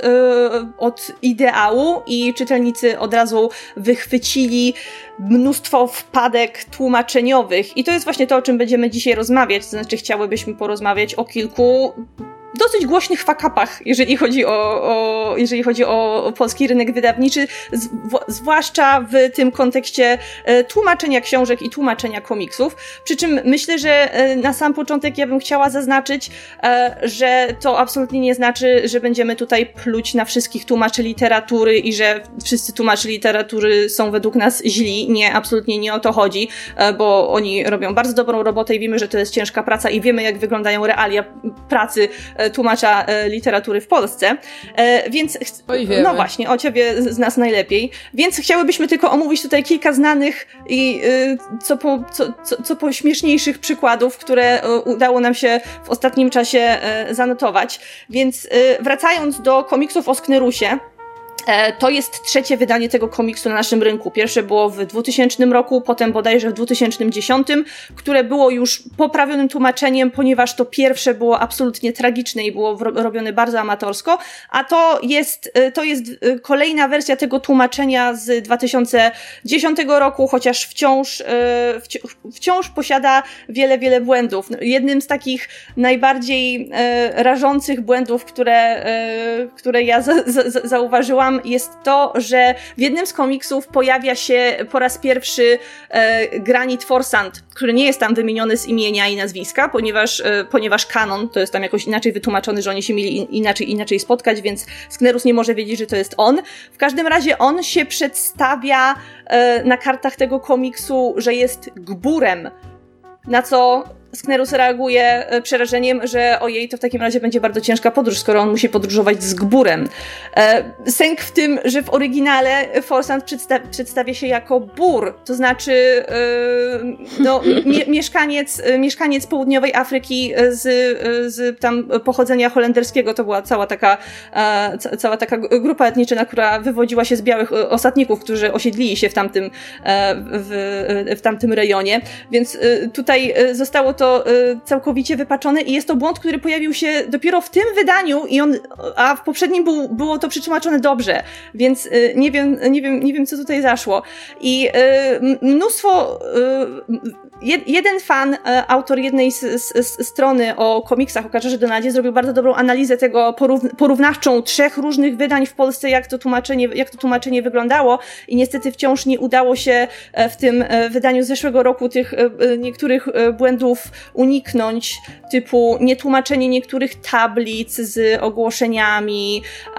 od ideału i czytelnicy od razu wychwycili mnóstwo wpadek tłumaczeniowych. I to jest właśnie to, o czym będziemy dzisiaj rozmawiać. To znaczy chciałybyśmy porozmawiać o kilku dosyć głośnych fuck-upach, jeżeli chodzi o polski rynek wydawniczy, zwłaszcza w tym kontekście tłumaczenia książek i tłumaczenia komiksów. Przy czym myślę, że na sam początek ja bym chciała zaznaczyć, że to absolutnie nie znaczy, że będziemy tutaj pluć na wszystkich tłumaczy literatury i że wszyscy tłumacze literatury są według nas źli. Nie, absolutnie nie o to chodzi, bo oni robią bardzo dobrą robotę i wiemy, że to jest ciężka praca i wiemy, jak wyglądają realia pracy tłumacza literatury w Polsce, więc no właśnie, o ciebie z nas najlepiej, więc chciałybyśmy tylko omówić tutaj kilka znanych i co po śmieszniejszych przykładów, które udało nam się w ostatnim czasie zanotować, więc wracając do komiksów o Sknerusie, to jest trzecie wydanie tego komiksu na naszym rynku. Pierwsze było w 2000 roku, potem bodajże w 2010, które było już poprawionym tłumaczeniem, ponieważ to pierwsze było absolutnie tragiczne i było robione bardzo amatorsko, a to jest kolejna wersja tego tłumaczenia z 2010 roku, chociaż wciąż posiada wiele błędów. Jednym z takich najbardziej rażących błędów, które ja zauważyłam, jest to, że w jednym z komiksów pojawia się po raz pierwszy Granit Forsand, który nie jest tam wymieniony z imienia i nazwiska, ponieważ kanon to jest tam jakoś inaczej wytłumaczony, że oni się mieli inaczej spotkać, więc Sknerus nie może wiedzieć, że to jest on. W każdym razie on się przedstawia na kartach tego komiksu, że jest gburem, na co Sknerus reaguje przerażeniem, że ojej, to w takim razie będzie bardzo ciężka podróż, skoro on musi podróżować z gburem. Sęk w tym, że w oryginale Forsand przedstawia się jako bur, to znaczy mieszkaniec południowej Afryki z tam pochodzenia holenderskiego. To była cała taka grupa etniczna, która wywodziła się z białych osadników, którzy osiedlili się w tamtym rejonie. Więc tutaj zostało to całkowicie wypaczone i jest to błąd, który pojawił się dopiero w tym wydaniu a w poprzednim było to przetłumaczone dobrze, więc nie wiem, co tutaj zaszło. I jeden fan, autor jednej z strony o komiksach, o Kaczorze Donaldzie, zrobił bardzo dobrą analizę tego porównawczą 3 różnych wydań w Polsce, jak to tłumaczenie wyglądało i niestety wciąż nie udało się w tym wydaniu z zeszłego roku tych niektórych błędów uniknąć, typu nietłumaczenie niektórych tablic z ogłoszeniami,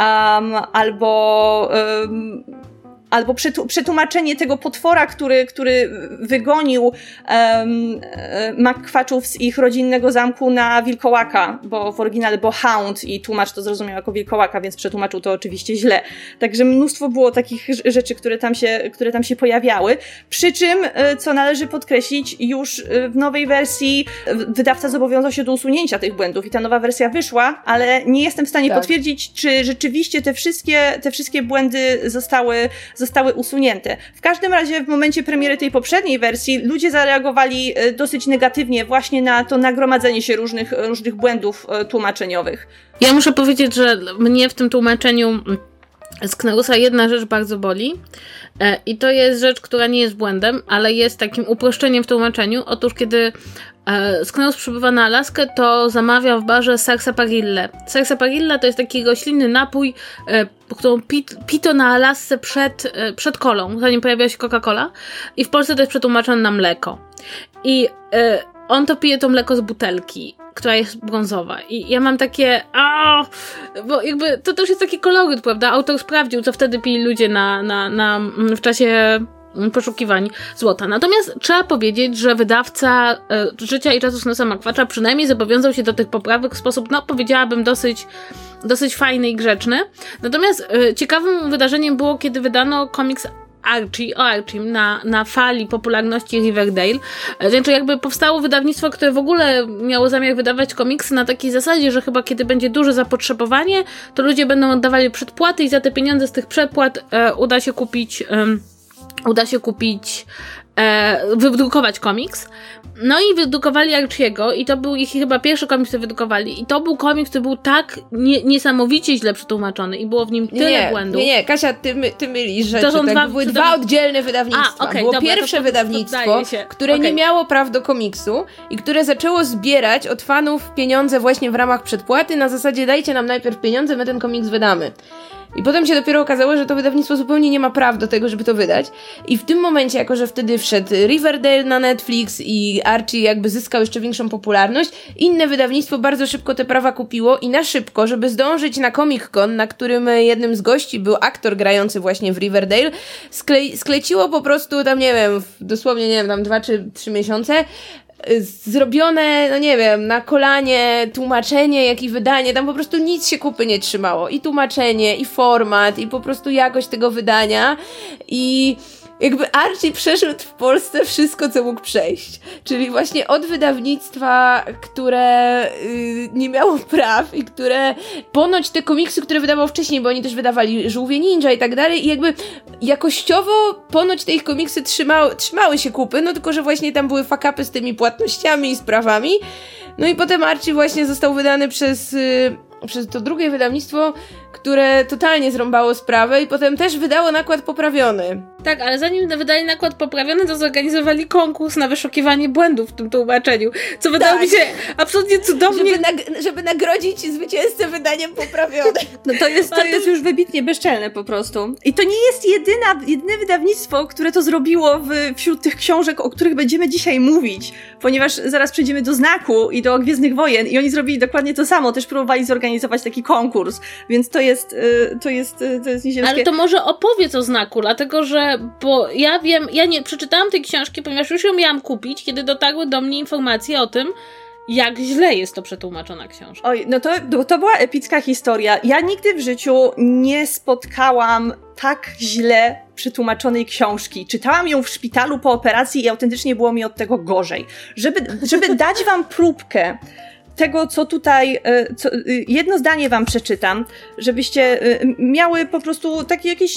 albo przetłumaczenie tego potwora, który wygonił McQuatchów z ich rodzinnego zamku na wilkołaka, bo w oryginale był Hound i tłumacz to zrozumiał jako wilkołaka, więc przetłumaczył to oczywiście źle. Także mnóstwo było takich rzeczy, które tam się pojawiały. Przy czym, co należy podkreślić, już w nowej wersji wydawca zobowiązał się do usunięcia tych błędów i ta nowa wersja wyszła, ale nie jestem w stanie potwierdzić, czy rzeczywiście te wszystkie błędy zostały usunięte. W każdym razie w momencie premiery tej poprzedniej wersji ludzie zareagowali dosyć negatywnie właśnie na to nagromadzenie się różnych błędów tłumaczeniowych. Ja muszę powiedzieć, że mnie w tym tłumaczeniu z Knarusa jedna rzecz bardzo boli i to jest rzecz, która nie jest błędem, ale jest takim uproszczeniem w tłumaczeniu. Otóż kiedy Sknerus przybywa na Alaskę, to zamawia w barze sarsaparillę. Sarsaparilla to jest taki roślinny napój, którą pito na Alasce przed kolą, zanim pojawiła się Coca-Cola, i w Polsce to jest przetłumaczone na mleko. I on to pije to mleko z butelki, która jest brązowa. I ja mam takie, bo jakby to też jest taki koloryt, prawda? Autor sprawdził, co wtedy pili ludzie w czasie poszukiwań złota. Natomiast trzeba powiedzieć, że wydawca Życia i czasu Sknerusa McQuatcha przynajmniej zobowiązał się do tych poprawek w sposób, powiedziałabym, dosyć fajny i grzeczny. Natomiast ciekawym wydarzeniem było, kiedy wydano komiks Archie, o Archim na fali popularności Riverdale. Znaczy jakby powstało wydawnictwo, które w ogóle miało zamiar wydawać komiksy na takiej zasadzie, że chyba kiedy będzie duże zapotrzebowanie, to ludzie będą oddawali przedpłaty i za te pieniądze z tych przedpłat uda się wydrukować komiks. No i wydrukowali Archiego i to był ich chyba pierwszy komiks, który wydrukowali. I to był komiks, który był tak niesamowicie źle przetłumaczony i było w nim tyle błędów. Nie, Kasia, ty mylisz rzeczy. To były dwa oddzielne wydawnictwa. Było pierwsze wydawnictwo, które nie miało praw do komiksu i które zaczęło zbierać od fanów pieniądze właśnie w ramach przedpłaty na zasadzie dajcie nam najpierw pieniądze, my ten komiks wydamy. I potem się dopiero okazało, że to wydawnictwo zupełnie nie ma praw do tego, żeby to wydać. I w tym momencie, jako że wtedy wszedł Riverdale na Netflix i Archie jakby zyskał jeszcze większą popularność, inne wydawnictwo bardzo szybko te prawa kupiło i na szybko, żeby zdążyć na Comic-Con, na którym jednym z gości był aktor grający właśnie w Riverdale, skleciło po prostu tam, nie wiem, dosłownie, nie wiem, tam 2 czy 3 miesiące, zrobione, no nie wiem, na kolanie, tłumaczenie, jak i wydanie, tam po prostu nic się kupy nie trzymało. I tłumaczenie, i format, i po prostu jakość tego wydania. I jakby Archie przeszedł w Polsce wszystko, co mógł przejść. Czyli właśnie od wydawnictwa, które nie miało praw i które ponoć te komiksy, które wydawał wcześniej, bo oni też wydawali Żółwie Ninja i tak dalej, i jakby jakościowo ponoć te ich komiksy trzymały się kupy, no tylko, że właśnie tam były fuck-upy z tymi płatnościami i sprawami. No i potem Archie właśnie został wydany przez to drugie wydawnictwo, które totalnie zrąbało sprawę i potem też wydało nakład poprawiony. Tak, ale zanim wydali nakład poprawiony, to zorganizowali konkurs na wyszukiwanie błędów w tym tłumaczeniu, co wydało mi się absolutnie cudownie. Żeby nagrodzić zwycięzcę wydaniem poprawionym. No to jest już wybitnie bezczelne po prostu. I to nie jest jedyne wydawnictwo, które to zrobiło wśród tych książek, o których będziemy dzisiaj mówić, ponieważ zaraz przejdziemy do Znaku i do Gwiezdnych Wojen i oni zrobili dokładnie to samo, też próbowali zorganizować taki konkurs, więc to jest nieziemskie. Ale to może opowiedz o Znaku, dlatego że, bo ja wiem, ja nie przeczytałam tej książki, ponieważ już ją miałam kupić, kiedy dotarły do mnie informacje o tym, jak źle jest to przetłumaczona książka. Oj, no to była epicka historia. Ja nigdy w życiu nie spotkałam tak źle przetłumaczonej książki. Czytałam ją w szpitalu po operacji i autentycznie było mi od tego gorzej. Żeby dać wam próbkę tego, co tutaj, jedno zdanie wam przeczytam, żebyście miały po prostu takie jakieś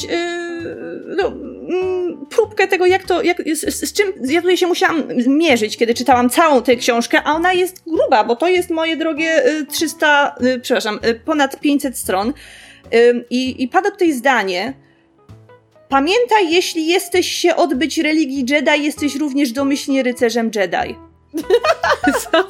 próbkę tego, z czym ja tutaj się musiałam mierzyć, kiedy czytałam całą tę książkę, a ona jest gruba, bo to jest, moje drogie, ponad 500 stron. I pada tutaj zdanie, Pamiętaj, jeśli jesteś się odbyć religii Jedi, jesteś również domyślnie rycerzem Jedi. Co?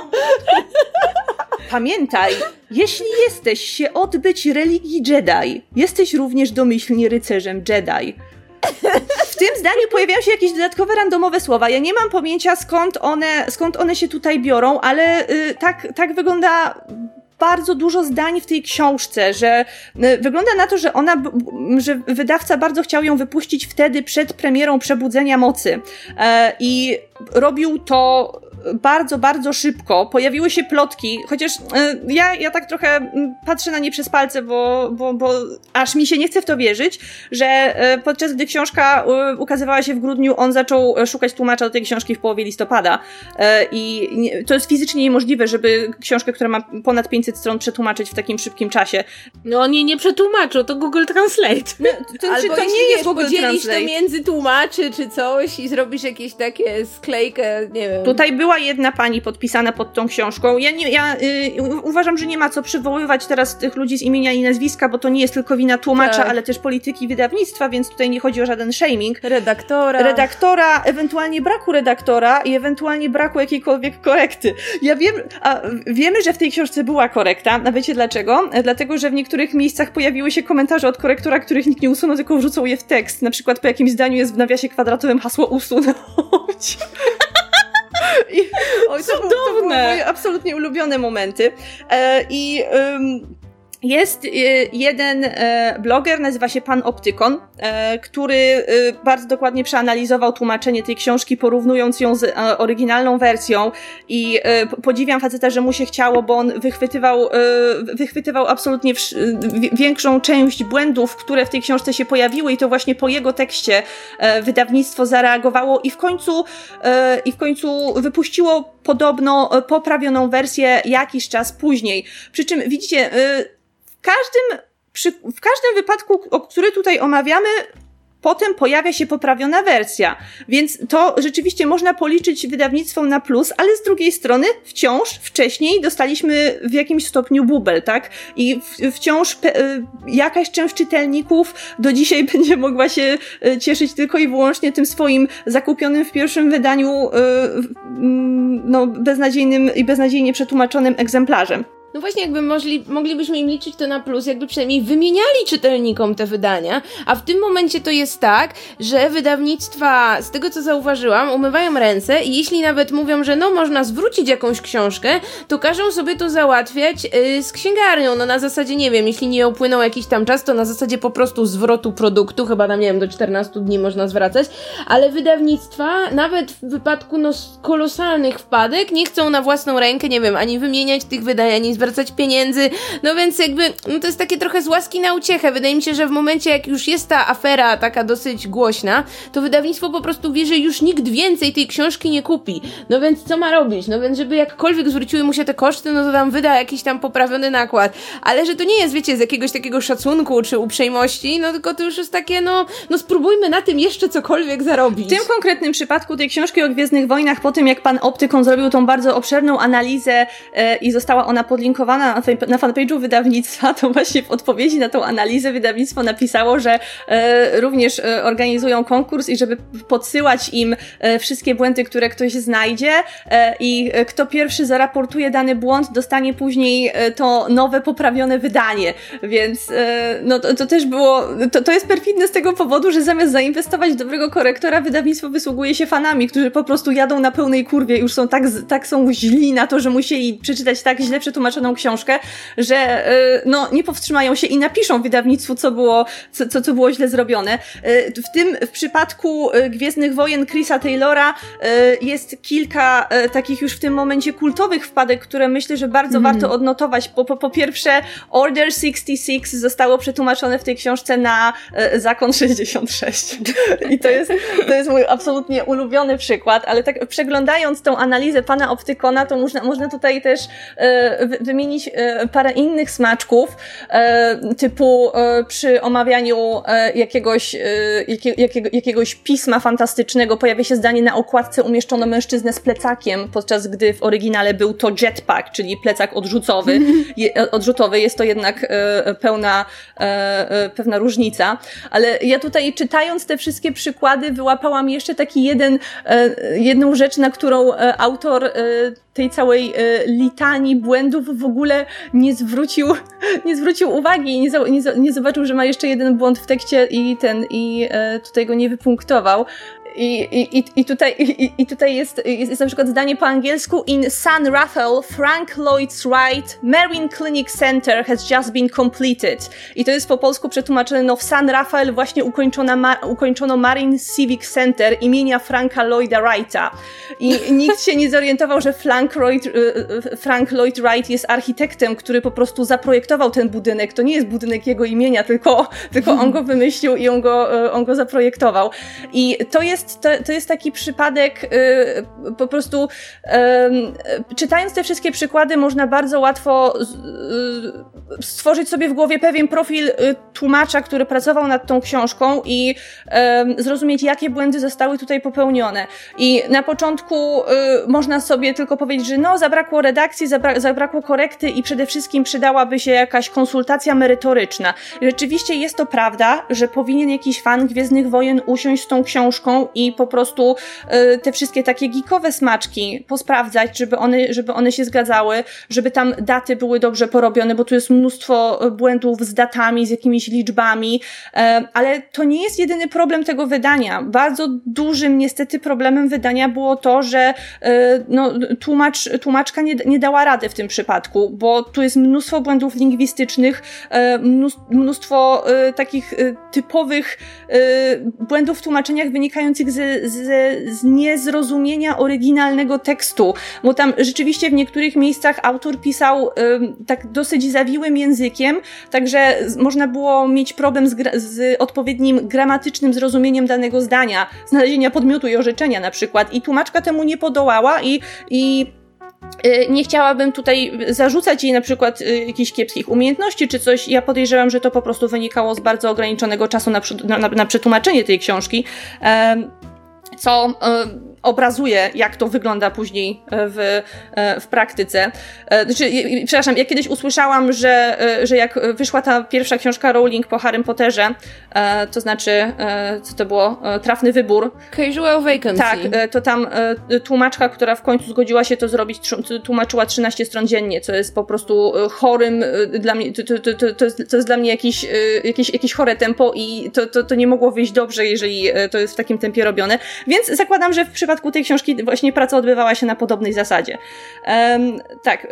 Pamiętaj, jeśli jesteś się odbyć religii Jedi, jesteś również domyślnie rycerzem Jedi. W tym zdaniu pojawiają się jakieś dodatkowe randomowe słowa. Ja nie mam pojęcia, skąd one się tutaj biorą, ale tak wygląda bardzo dużo zdań w tej książce, że wygląda na to, że wydawca bardzo chciał ją wypuścić wtedy przed premierą Przebudzenia Mocy. I robił to bardzo, bardzo szybko. Pojawiły się plotki, chociaż ja tak trochę patrzę na nie przez palce, bo aż mi się nie chce w to wierzyć, że podczas gdy książka ukazywała się w grudniu, on zaczął szukać tłumacza do tej książki w połowie listopada. I to jest fizycznie niemożliwe, żeby książkę, która ma ponad 500 stron, przetłumaczyć w takim szybkim czasie. No oni nie przetłumaczą, to Google Translate. No, Albo to nie jest Google podzielisz Translate. to między tłumaczy czy coś i zrobisz jakieś takie sklejkę, nie wiem. Tutaj była jedna pani podpisana pod tą książką. Uważam, że nie ma co przywoływać teraz tych ludzi z imienia i nazwiska, bo to nie jest tylko wina tłumacza, tak, ale też polityki wydawnictwa, więc tutaj nie chodzi o żaden shaming. Redaktora, ewentualnie braku redaktora i ewentualnie braku jakiejkolwiek korekty. Wiemy, że w tej książce była korekta, a wiecie dlaczego? Dlatego, że w niektórych miejscach pojawiły się komentarze od korektora, których nikt nie usunął, tylko wrzucał je w tekst. Na przykład po jakimś zdaniu jest w nawiasie kwadratowym hasło usunąć. To były moje absolutnie ulubione momenty. Jest jeden bloger, nazywa się Pan Optykon, który bardzo dokładnie przeanalizował tłumaczenie tej książki, porównując ją z oryginalną wersją i podziwiam faceta, że mu się chciało, bo on wychwytywał absolutnie większą część błędów, które w tej książce się pojawiły i to właśnie po jego tekście wydawnictwo zareagowało i w końcu wypuściło podobno poprawioną wersję jakiś czas później. Przy czym widzicie, w każdym wypadku, który tutaj omawiamy, potem pojawia się poprawiona wersja, więc to rzeczywiście można policzyć wydawnictwom na plus, ale z drugiej strony wcześniej dostaliśmy w jakimś stopniu bubel, tak? I wciąż jakaś część czytelników do dzisiaj będzie mogła się cieszyć tylko i wyłącznie tym swoim zakupionym w pierwszym wydaniu beznadziejnym i beznadziejnie przetłumaczonym egzemplarzem. No właśnie, jakby moglibyśmy im liczyć to na plus, jakby przynajmniej wymieniali czytelnikom te wydania, a w tym momencie to jest tak, że wydawnictwa, z tego co zauważyłam, umywają ręce i jeśli nawet mówią, że można zwrócić jakąś książkę, to każą sobie to załatwiać z księgarnią, na zasadzie, nie wiem, jeśli nie upłynął jakiś tam czas, to na zasadzie po prostu zwrotu produktu, chyba tam, nie wiem, do 14 dni można zwracać, ale wydawnictwa, nawet w wypadku kolosalnych wpadek, nie chcą na własną rękę, nie wiem, ani wymieniać tych wydań, ani zwracać pieniędzy, no więc jakby to jest takie trochę z łaski na uciechę. Wydaje mi się, że w momencie, jak już jest ta afera taka dosyć głośna, to wydawnictwo po prostu wie, że już nikt więcej tej książki nie kupi. No więc co ma robić? No więc żeby jakkolwiek zwróciły mu się te koszty, no to tam wyda jakiś tam poprawiony nakład. Ale że to nie jest, wiecie, z jakiegoś takiego szacunku czy uprzejmości, no tylko to już jest takie, no spróbujmy na tym jeszcze cokolwiek zarobić. W tym konkretnym przypadku tej książki o Gwiezdnych Wojnach, po tym jak Pan Optykon zrobił tą bardzo obszerną analizę i została ona podlinkowana na fanpage'u wydawnictwa, to właśnie w odpowiedzi na tą analizę wydawnictwo napisało, że również organizują konkurs i żeby podsyłać im wszystkie błędy, które ktoś znajdzie i kto pierwszy zaraportuje dany błąd, dostanie później to nowe, poprawione wydanie. Więc to też było, to jest perfidne z tego powodu, że zamiast zainwestować w dobrego korektora, wydawnictwo wysługuje się fanami, którzy po prostu jadą na pełnej kurwie i już są tak są źli na to, że musieli przeczytać tak źle przetłumaczoną książkę, że nie powstrzymają się i napiszą wydawnictwu, co było źle zrobione. W przypadku Gwiezdnych Wojen Chrisa Taylora jest kilka takich już w tym momencie kultowych wpadek, które myślę, że bardzo warto odnotować. Po pierwsze, Order 66 zostało przetłumaczone w tej książce na Zakon 66. I to jest mój absolutnie ulubiony przykład, ale tak przeglądając tą analizę Pana Optykona, to można tutaj też wymienić parę innych smaczków, typu przy omawianiu jakiegoś pisma fantastycznego pojawia się zdanie: na okładce umieszczono mężczyznę z plecakiem, podczas gdy w oryginale był to jetpack, czyli plecak odrzutowy. Jest to jednak pewna różnica. Ale ja tutaj, czytając te wszystkie przykłady, wyłapałam jeszcze jedną rzecz, na którą autor tej całej litanii błędów w ogóle nie zwrócił uwagi i nie zobaczył, że ma jeszcze jeden błąd w tekście i tutaj go nie wypunktował. I tutaj jest na przykład zdanie po angielsku: in San Rafael, Frank Lloyd's Wright Marine Clinic Center has just been completed. I to jest po polsku przetłumaczone: no w San Rafael właśnie ukończono Marine Civic Center imienia Franka Lloyda Wrighta. I nikt się nie zorientował, że Frank Lloyd Wright jest architektem, który po prostu zaprojektował ten budynek. To nie jest budynek jego imienia, tylko on go wymyślił i on go zaprojektował. I to jest taki przypadek, po prostu czytając te wszystkie przykłady można bardzo łatwo stworzyć sobie w głowie pewien profil tłumacza, który pracował nad tą książką i zrozumieć, jakie błędy zostały tutaj popełnione. I na początku można sobie tylko powiedzieć, że no zabrakło redakcji, zabrakło korekty i przede wszystkim przydałaby się jakaś konsultacja merytoryczna. Rzeczywiście jest to prawda, że powinien jakiś fan Gwiezdnych Wojen usiąść z tą książką i po prostu te wszystkie takie geekowe smaczki posprawdzać, żeby one się zgadzały, żeby tam daty były dobrze porobione, bo tu jest mnóstwo błędów z datami, z jakimiś liczbami, ale to nie jest jedyny problem tego wydania. Bardzo dużym niestety problemem wydania było to, że tłumaczka nie dała rady w tym przypadku, bo tu jest mnóstwo błędów lingwistycznych, mnóstwo takich typowych błędów w tłumaczeniach wynikających z niezrozumienia oryginalnego tekstu, bo tam rzeczywiście w niektórych miejscach autor pisał tak dosyć zawiłym językiem, także można było mieć problem z odpowiednim gramatycznym zrozumieniem danego zdania, znalezienia podmiotu i orzeczenia na przykład, i tłumaczka temu nie podołała i nie chciałabym tutaj zarzucać jej na przykład jakichś kiepskich umiejętności czy coś. Ja podejrzewam, że to po prostu wynikało z bardzo ograniczonego czasu na przetłumaczenie tej książki, co obrazuje, jak to wygląda później w praktyce. Przepraszam, ja kiedyś usłyszałam, że jak wyszła ta pierwsza książka Rowling po Harrym Potterze, to znaczy, co to było? Trafny wybór. Casual Vacancy. Tak, to tam tłumaczka, która w końcu zgodziła się to zrobić, tłumaczyła 13 stron dziennie, co jest po prostu chorym dla mnie, to jest dla mnie jakieś chore tempo i to nie mogło wyjść dobrze, jeżeli to jest w takim tempie robione. Więc zakładam, że w przypadku tej książki właśnie praca odbywała się na podobnej zasadzie. Tak,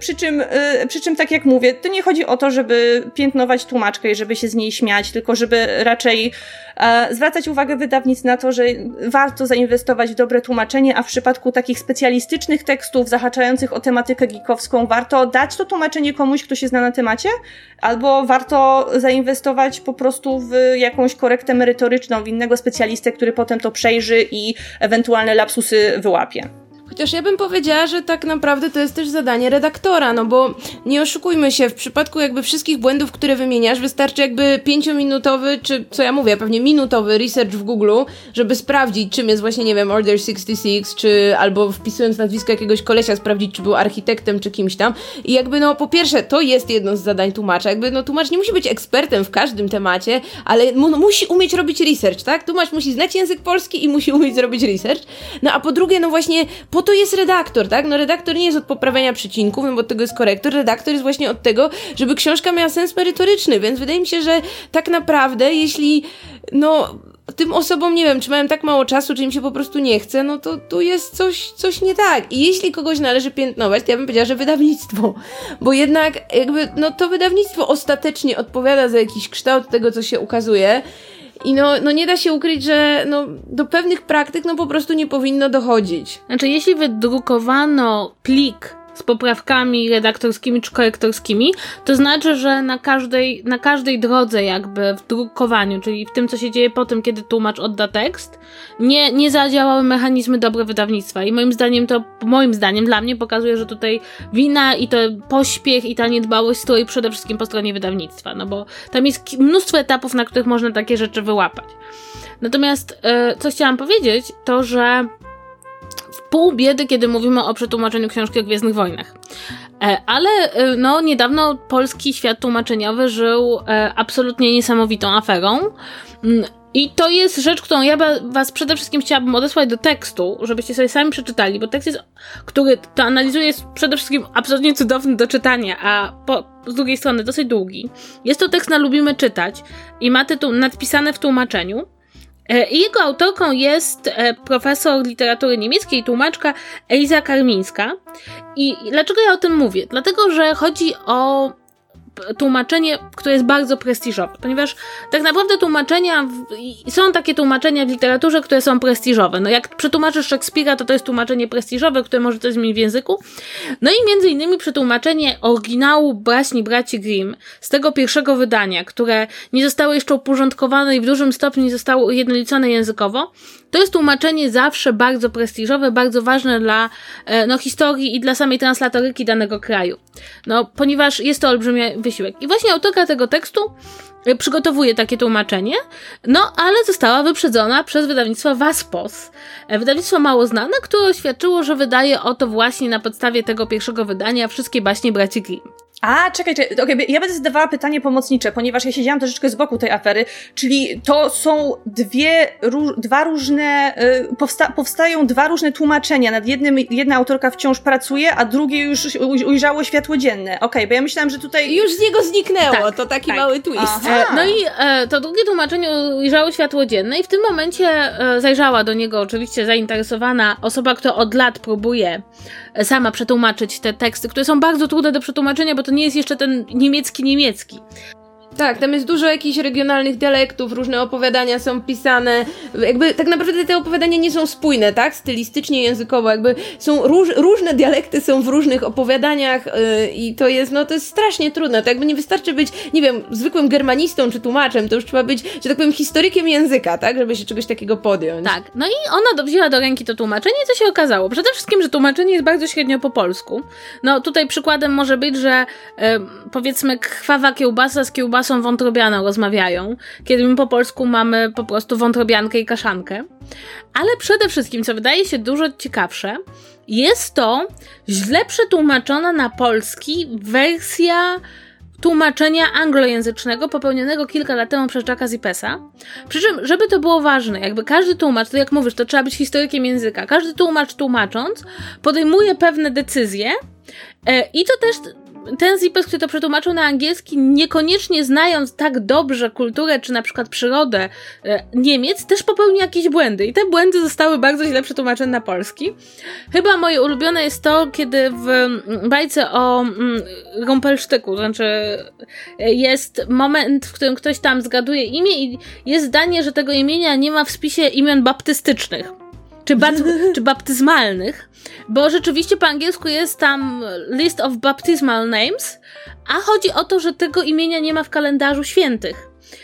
przy czym tak jak mówię, to nie chodzi o to, żeby piętnować tłumaczkę i żeby się z niej śmiać, tylko żeby raczej zwracać uwagę wydawnictw na to, że warto zainwestować w dobre tłumaczenie, a w przypadku takich specjalistycznych tekstów zahaczających o tematykę geekowską warto dać to tłumaczenie komuś, kto się zna na temacie, albo warto zainwestować po prostu w jakąś korektę merytoryczną, w innego specjalistę, który potem to przejrzy i ewentualne lapsusy wyłapie. Chociaż ja bym powiedziała, że tak naprawdę to jest też zadanie redaktora, no bo nie oszukujmy się, w przypadku jakby wszystkich błędów, które wymieniasz, wystarczy jakby 5-minutowy, czy co ja mówię, pewnie minutowy research w Google, żeby sprawdzić, czym jest właśnie, nie wiem, Order 66, czy albo wpisując nazwisko jakiegoś kolesia, sprawdzić, czy był architektem, czy kimś tam. I jakby no po pierwsze, to jest jedno z zadań tłumacza, jakby no tłumacz nie musi być ekspertem w każdym temacie, ale musi umieć robić research, tak? Tłumacz musi znać język polski i musi umieć zrobić research. No a po drugie, no właśnie po to jest redaktor, tak? No redaktor nie jest od poprawiania przecinków, no bo od tego jest korektor. Redaktor jest właśnie od tego, żeby książka miała sens merytoryczny, więc wydaje mi się, że tak naprawdę, jeśli tym osobom, nie wiem, czy mają tak mało czasu, czy im się po prostu nie chce, no to tu jest coś nie tak. I jeśli kogoś należy piętnować, to ja bym powiedziała, że wydawnictwo. Bo jednak jakby, to wydawnictwo ostatecznie odpowiada za jakiś kształt tego, co się ukazuje. I no nie da się ukryć, że do pewnych praktyk po prostu nie powinno dochodzić. Znaczy, jeśli wydrukowano plik z poprawkami redaktorskimi czy korektorskimi, to znaczy, że na każdej drodze jakby w drukowaniu, czyli w tym, co się dzieje po tym, kiedy tłumacz odda tekst, nie zadziałały mechanizmy dobre wydawnictwa. I moim zdaniem dla mnie pokazuje, że tutaj wina i to pośpiech i ta niedbałość stoi przede wszystkim po stronie wydawnictwa, no bo tam jest mnóstwo etapów, na których można takie rzeczy wyłapać. Natomiast co chciałam powiedzieć, to że w pół biedy, kiedy mówimy o przetłumaczeniu książki o Gwiezdnych Wojnach. Ale no niedawno polski świat tłumaczeniowy żył absolutnie niesamowitą aferą. I to jest rzecz, którą ja was przede wszystkim chciałabym odesłać do tekstu, żebyście sobie sami przeczytali, bo tekst który to analizuje, jest przede wszystkim absolutnie cudowny do czytania, a z drugiej strony dosyć długi. Jest to tekst na Lubimy Czytać i ma tytuł Nadpisane w tłumaczeniu. I jego autorką jest profesor literatury niemieckiej, tłumaczka Eliza Karmińska. I dlaczego ja o tym mówię? Dlatego, że chodzi o tłumaczenie, które jest bardzo prestiżowe, ponieważ tak naprawdę są takie tłumaczenia w literaturze, które są prestiżowe. No jak przetłumaczysz Szekspira, to jest tłumaczenie prestiżowe, które może coś zmienić w języku. No i między innymi przetłumaczenie oryginału baśni braci Grimm z tego pierwszego wydania, które nie zostało jeszcze uporządkowane i w dużym stopniu nie zostało ujednolicone językowo, to jest tłumaczenie zawsze bardzo prestiżowe, bardzo ważne dla historii i dla samej translatoryki danego kraju. No, ponieważ jest to olbrzymi wysiłek. I właśnie autorka tego tekstu przygotowuje takie tłumaczenie, no ale została wyprzedzona przez wydawnictwo Waspos. Wydawnictwo mało znane, które oświadczyło, że wydaje oto właśnie na podstawie tego pierwszego wydania wszystkie baśnie braci Grimm. Czekaj, ja będę zadawała pytanie pomocnicze, ponieważ ja siedziałam troszeczkę z boku tej afery, czyli to są dwa różne, powstają dwa różne tłumaczenia, nad jednym jedna autorka wciąż pracuje, a drugie już ujrzało światło dzienne. Bo ja myślałam, że tutaj... Już z niego zniknęło, to taki mały twist. No i to drugie tłumaczenie ujrzało światło dzienne i w tym momencie zajrzała do niego oczywiście zainteresowana osoba, która od lat próbuje sama przetłumaczyć te teksty, które są bardzo trudne do przetłumaczenia, bo to nie jest jeszcze ten niemiecki. Tak, tam jest dużo jakichś regionalnych dialektów, różne opowiadania są pisane, jakby tak naprawdę te opowiadania nie są spójne, tak? Stylistycznie, językowo, jakby są różne dialekty są w różnych opowiadaniach i to jest strasznie trudne, to jakby nie wystarczy być, nie wiem, zwykłym germanistą czy tłumaczem, to już trzeba być, że tak powiem, historykiem języka, tak? Żeby się czegoś takiego podjąć. Tak, no i ona wzięła do ręki to tłumaczenie i co się okazało? Przede wszystkim, że tłumaczenie jest bardzo średnio po polsku. No tutaj przykładem może być, że powiedzmy krwawa kiełbasa z kiełbasą wątrobianą rozmawiają, kiedy my po polsku mamy po prostu wątrobiankę i kaszankę. Ale przede wszystkim, co wydaje się dużo ciekawsze, jest to źle przetłumaczona na polski wersja tłumaczenia anglojęzycznego popełnionego kilka lat temu przez Jacka Zippesa. Przy czym, żeby to było ważne, jakby każdy tłumacz, to jak mówisz, to trzeba być historykiem języka, każdy tłumacz tłumacząc podejmuje pewne decyzje i to też ten Zippes, który to przetłumaczył na angielski, niekoniecznie znając tak dobrze kulturę, czy na przykład przyrodę Niemiec, też popełnił jakieś błędy. I te błędy zostały bardzo źle przetłumaczone na polski. Chyba moje ulubione jest to, kiedy w bajce o Rumpelsztyku, to znaczy jest moment, w którym ktoś tam zgaduje imię i jest zdanie, że tego imienia nie ma w spisie imion baptystycznych. Czy baptyzmalnych, bo rzeczywiście po angielsku jest tam list of baptismal names, a chodzi o to, że tego imienia nie ma w kalendarzu świętych.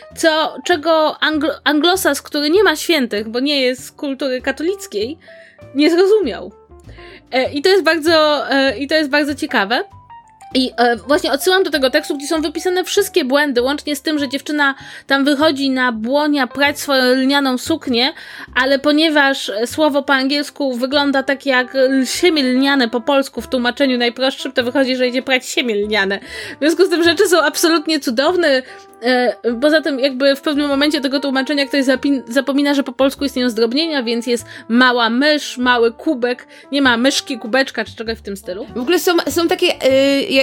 Czego anglosas, który nie ma świętych, bo nie jest z kultury katolickiej, nie zrozumiał. I to jest bardzo ciekawe. I właśnie odsyłam do tego tekstu, gdzie są wypisane wszystkie błędy, łącznie z tym, że dziewczyna tam wychodzi na błonia prać swoją lnianą suknię, ale ponieważ słowo po angielsku wygląda tak jak siemię lniane po polsku w tłumaczeniu najprostszym, to wychodzi, że idzie prać siemię lniane. W związku z tym rzeczy są absolutnie cudowne. Poza tym jakby w pewnym momencie tego tłumaczenia ktoś zapomina, że po polsku istnieją zdrobnienia, więc jest mała mysz, mały kubek, nie ma myszki, kubeczka czy czegoś w tym stylu. W ogóle są takie,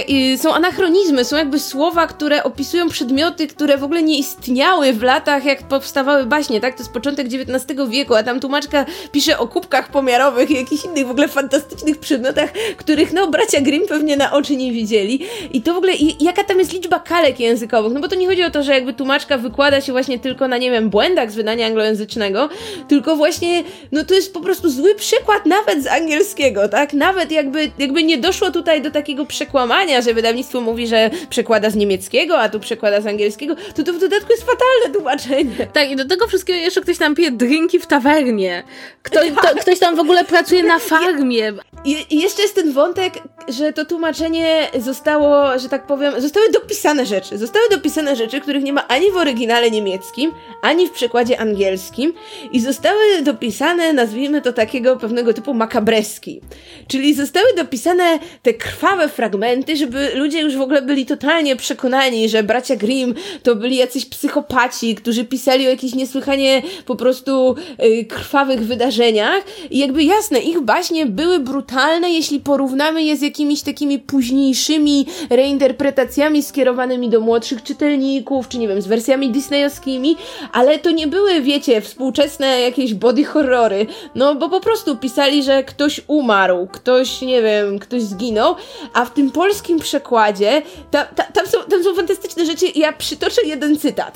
są anachronizmy, są jakby słowa, które opisują przedmioty, które w ogóle nie istniały w latach, jak powstawały baśnie, tak? To jest początek XIX wieku, a tam tłumaczka pisze o kubkach pomiarowych i jakichś innych w ogóle fantastycznych przedmiotach, których bracia Grimm pewnie na oczy nie widzieli. I to w ogóle, jaka tam jest liczba kalek językowych? No bo to nie chodzi o to, że jakby tłumaczka wykłada się właśnie tylko na, nie wiem, błędach z wydania anglojęzycznego, tylko właśnie, to jest po prostu zły przykład nawet z angielskiego, tak? Nawet jakby nie doszło tutaj do takiego przekłamania, że wydawnictwo mówi, że przekłada z niemieckiego, a tu przekłada z angielskiego, to w dodatku jest fatalne tłumaczenie. Tak, i do tego wszystkiego jeszcze ktoś tam pije drinki w tawernie. Ktoś tam w ogóle pracuje na farmie. I jeszcze jest ten wątek, że to tłumaczenie zostało, że tak powiem, zostały dopisane rzeczy, których nie ma ani w oryginale niemieckim, ani w przekładzie angielskim i zostały dopisane, nazwijmy to takiego pewnego typu makabreski. Czyli zostały dopisane te krwawe fragmenty, żeby ludzie już w ogóle byli totalnie przekonani, że bracia Grimm to byli jacyś psychopaci, którzy pisali o jakichś niesłychanie po prostu krwawych wydarzeniach i jakby jasne, ich baśnie były brutalne, jeśli porównamy je z jakimiś takimi późniejszymi reinterpretacjami skierowanymi do młodszych czytelników, czy nie wiem, z wersjami disneyowskimi, ale to nie były, wiecie, współczesne jakieś body horrory, bo po prostu pisali, że ktoś umarł, ktoś, nie wiem, ktoś zginął, a w tym polskim przekładzie tam są fantastyczne rzeczy i ja przytoczę jeden cytat,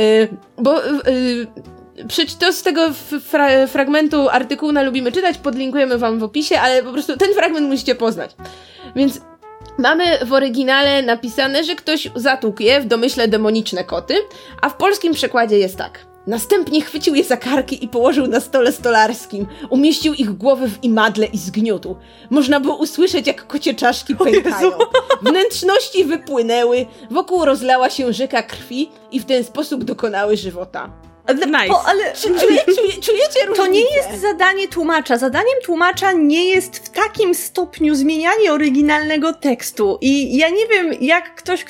to z tego fragmentu artykułu na Lubimy Czytać, podlinkujemy wam w opisie, ale po prostu ten fragment musicie poznać. Więc mamy w oryginale napisane, że ktoś zatłukł je, w domyśle demoniczne koty, a w polskim przekładzie jest tak. Następnie chwycił je za karki i położył na stole stolarskim. Umieścił ich głowy w imadle i zgniótł. Można było usłyszeć, jak kocie czaszki pękają. Wnętrzności wypłynęły, wokół rozlała się rzeka krwi i w ten sposób dokonały żywota. Nice. Ale czujecie różnicę? To nie jest zadanie tłumacza. Zadaniem tłumacza nie jest w takim stopniu zmienianie oryginalnego tekstu. I ja nie wiem, jak ktoś,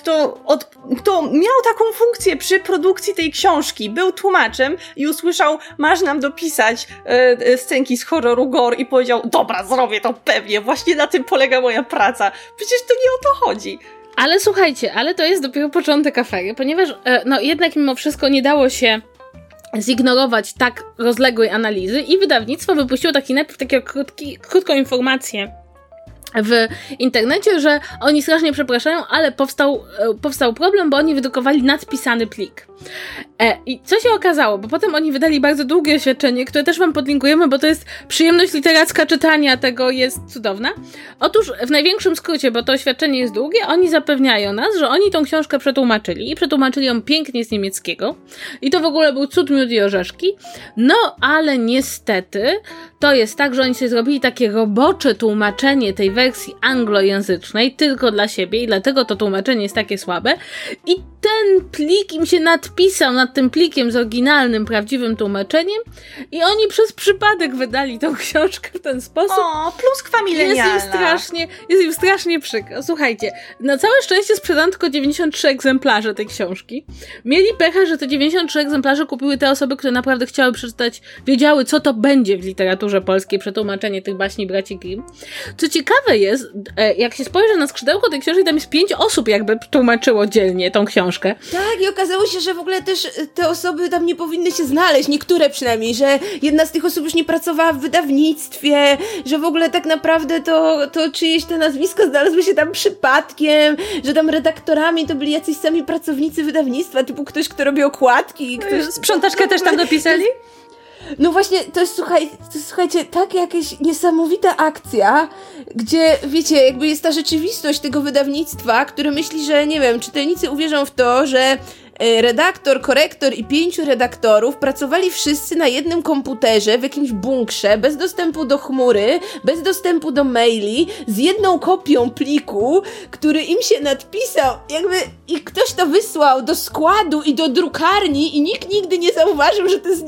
kto miał taką funkcję przy produkcji tej książki, był tłumaczem i usłyszał, masz nam dopisać scenki z horroru gore i powiedział, dobra, zrobię to pewnie, właśnie na tym polega moja praca. Przecież to nie o to chodzi. Ale słuchajcie, to jest dopiero początek afery, ponieważ jednak mimo wszystko nie dało się zignorować tak rozległej analizy i wydawnictwo wypuściło najpierw krótką informację w internecie, że oni strasznie przepraszają, ale powstał problem, bo oni wydrukowali nadpisany plik. I co się okazało? Bo potem oni wydali bardzo długie oświadczenie, które też wam podlinkujemy, bo to jest przyjemność literacka czytania tego, jest cudowna. Otóż w największym skrócie, bo to oświadczenie jest długie, oni zapewniają nas, że oni tą książkę przetłumaczyli i przetłumaczyli ją pięknie z niemieckiego i to w ogóle był cud, miód i orzeszki. Ale niestety to jest tak, że oni sobie zrobili takie robocze tłumaczenie tej wersji anglojęzycznej tylko dla siebie i dlatego to tłumaczenie jest takie słabe i ten plik im się nadpisał nad tym plikiem z oryginalnym, prawdziwym tłumaczeniem i oni przez przypadek wydali tą książkę w ten sposób. O, pluskwa milenialna. Jest im strasznie przykro. Słuchajcie, na całe szczęście sprzedano tylko 93 egzemplarze tej książki. Mieli pecha, że te 93 egzemplarze kupiły te osoby, które naprawdę chciały przeczytać, wiedziały, co to będzie w literaturze polskiej, przetłumaczenie tych baśni braci Grimm. Co ciekawe jest, jak się spojrzy na skrzydełko tej książki, tam jest 5 osób jakby tłumaczyło dzielnie tą książkę. Tak, i okazało się, że w ogóle też te osoby tam nie powinny się znaleźć, niektóre przynajmniej, że jedna z tych osób już nie pracowała w wydawnictwie, że w ogóle tak naprawdę to czyjeś to nazwisko znalazły się tam przypadkiem, że tam redaktorami to byli jacyś sami pracownicy wydawnictwa, typu ktoś, kto robi okładki. Sprzątaczkę też tam dopisali? No właśnie, to jest, słuchajcie, tak jakaś niesamowita akcja, gdzie, wiecie, jakby jest ta rzeczywistość tego wydawnictwa, które myśli, że, nie wiem, czytelnicy uwierzą w to, że redaktor, korektor i 5 redaktorów pracowali wszyscy na jednym komputerze w jakimś bunkrze, bez dostępu do chmury, bez dostępu do maili, z jedną kopią pliku, który im się nadpisał, i ktoś to wysłał do składu i do drukarni i nikt nigdy nie zauważył, że to jest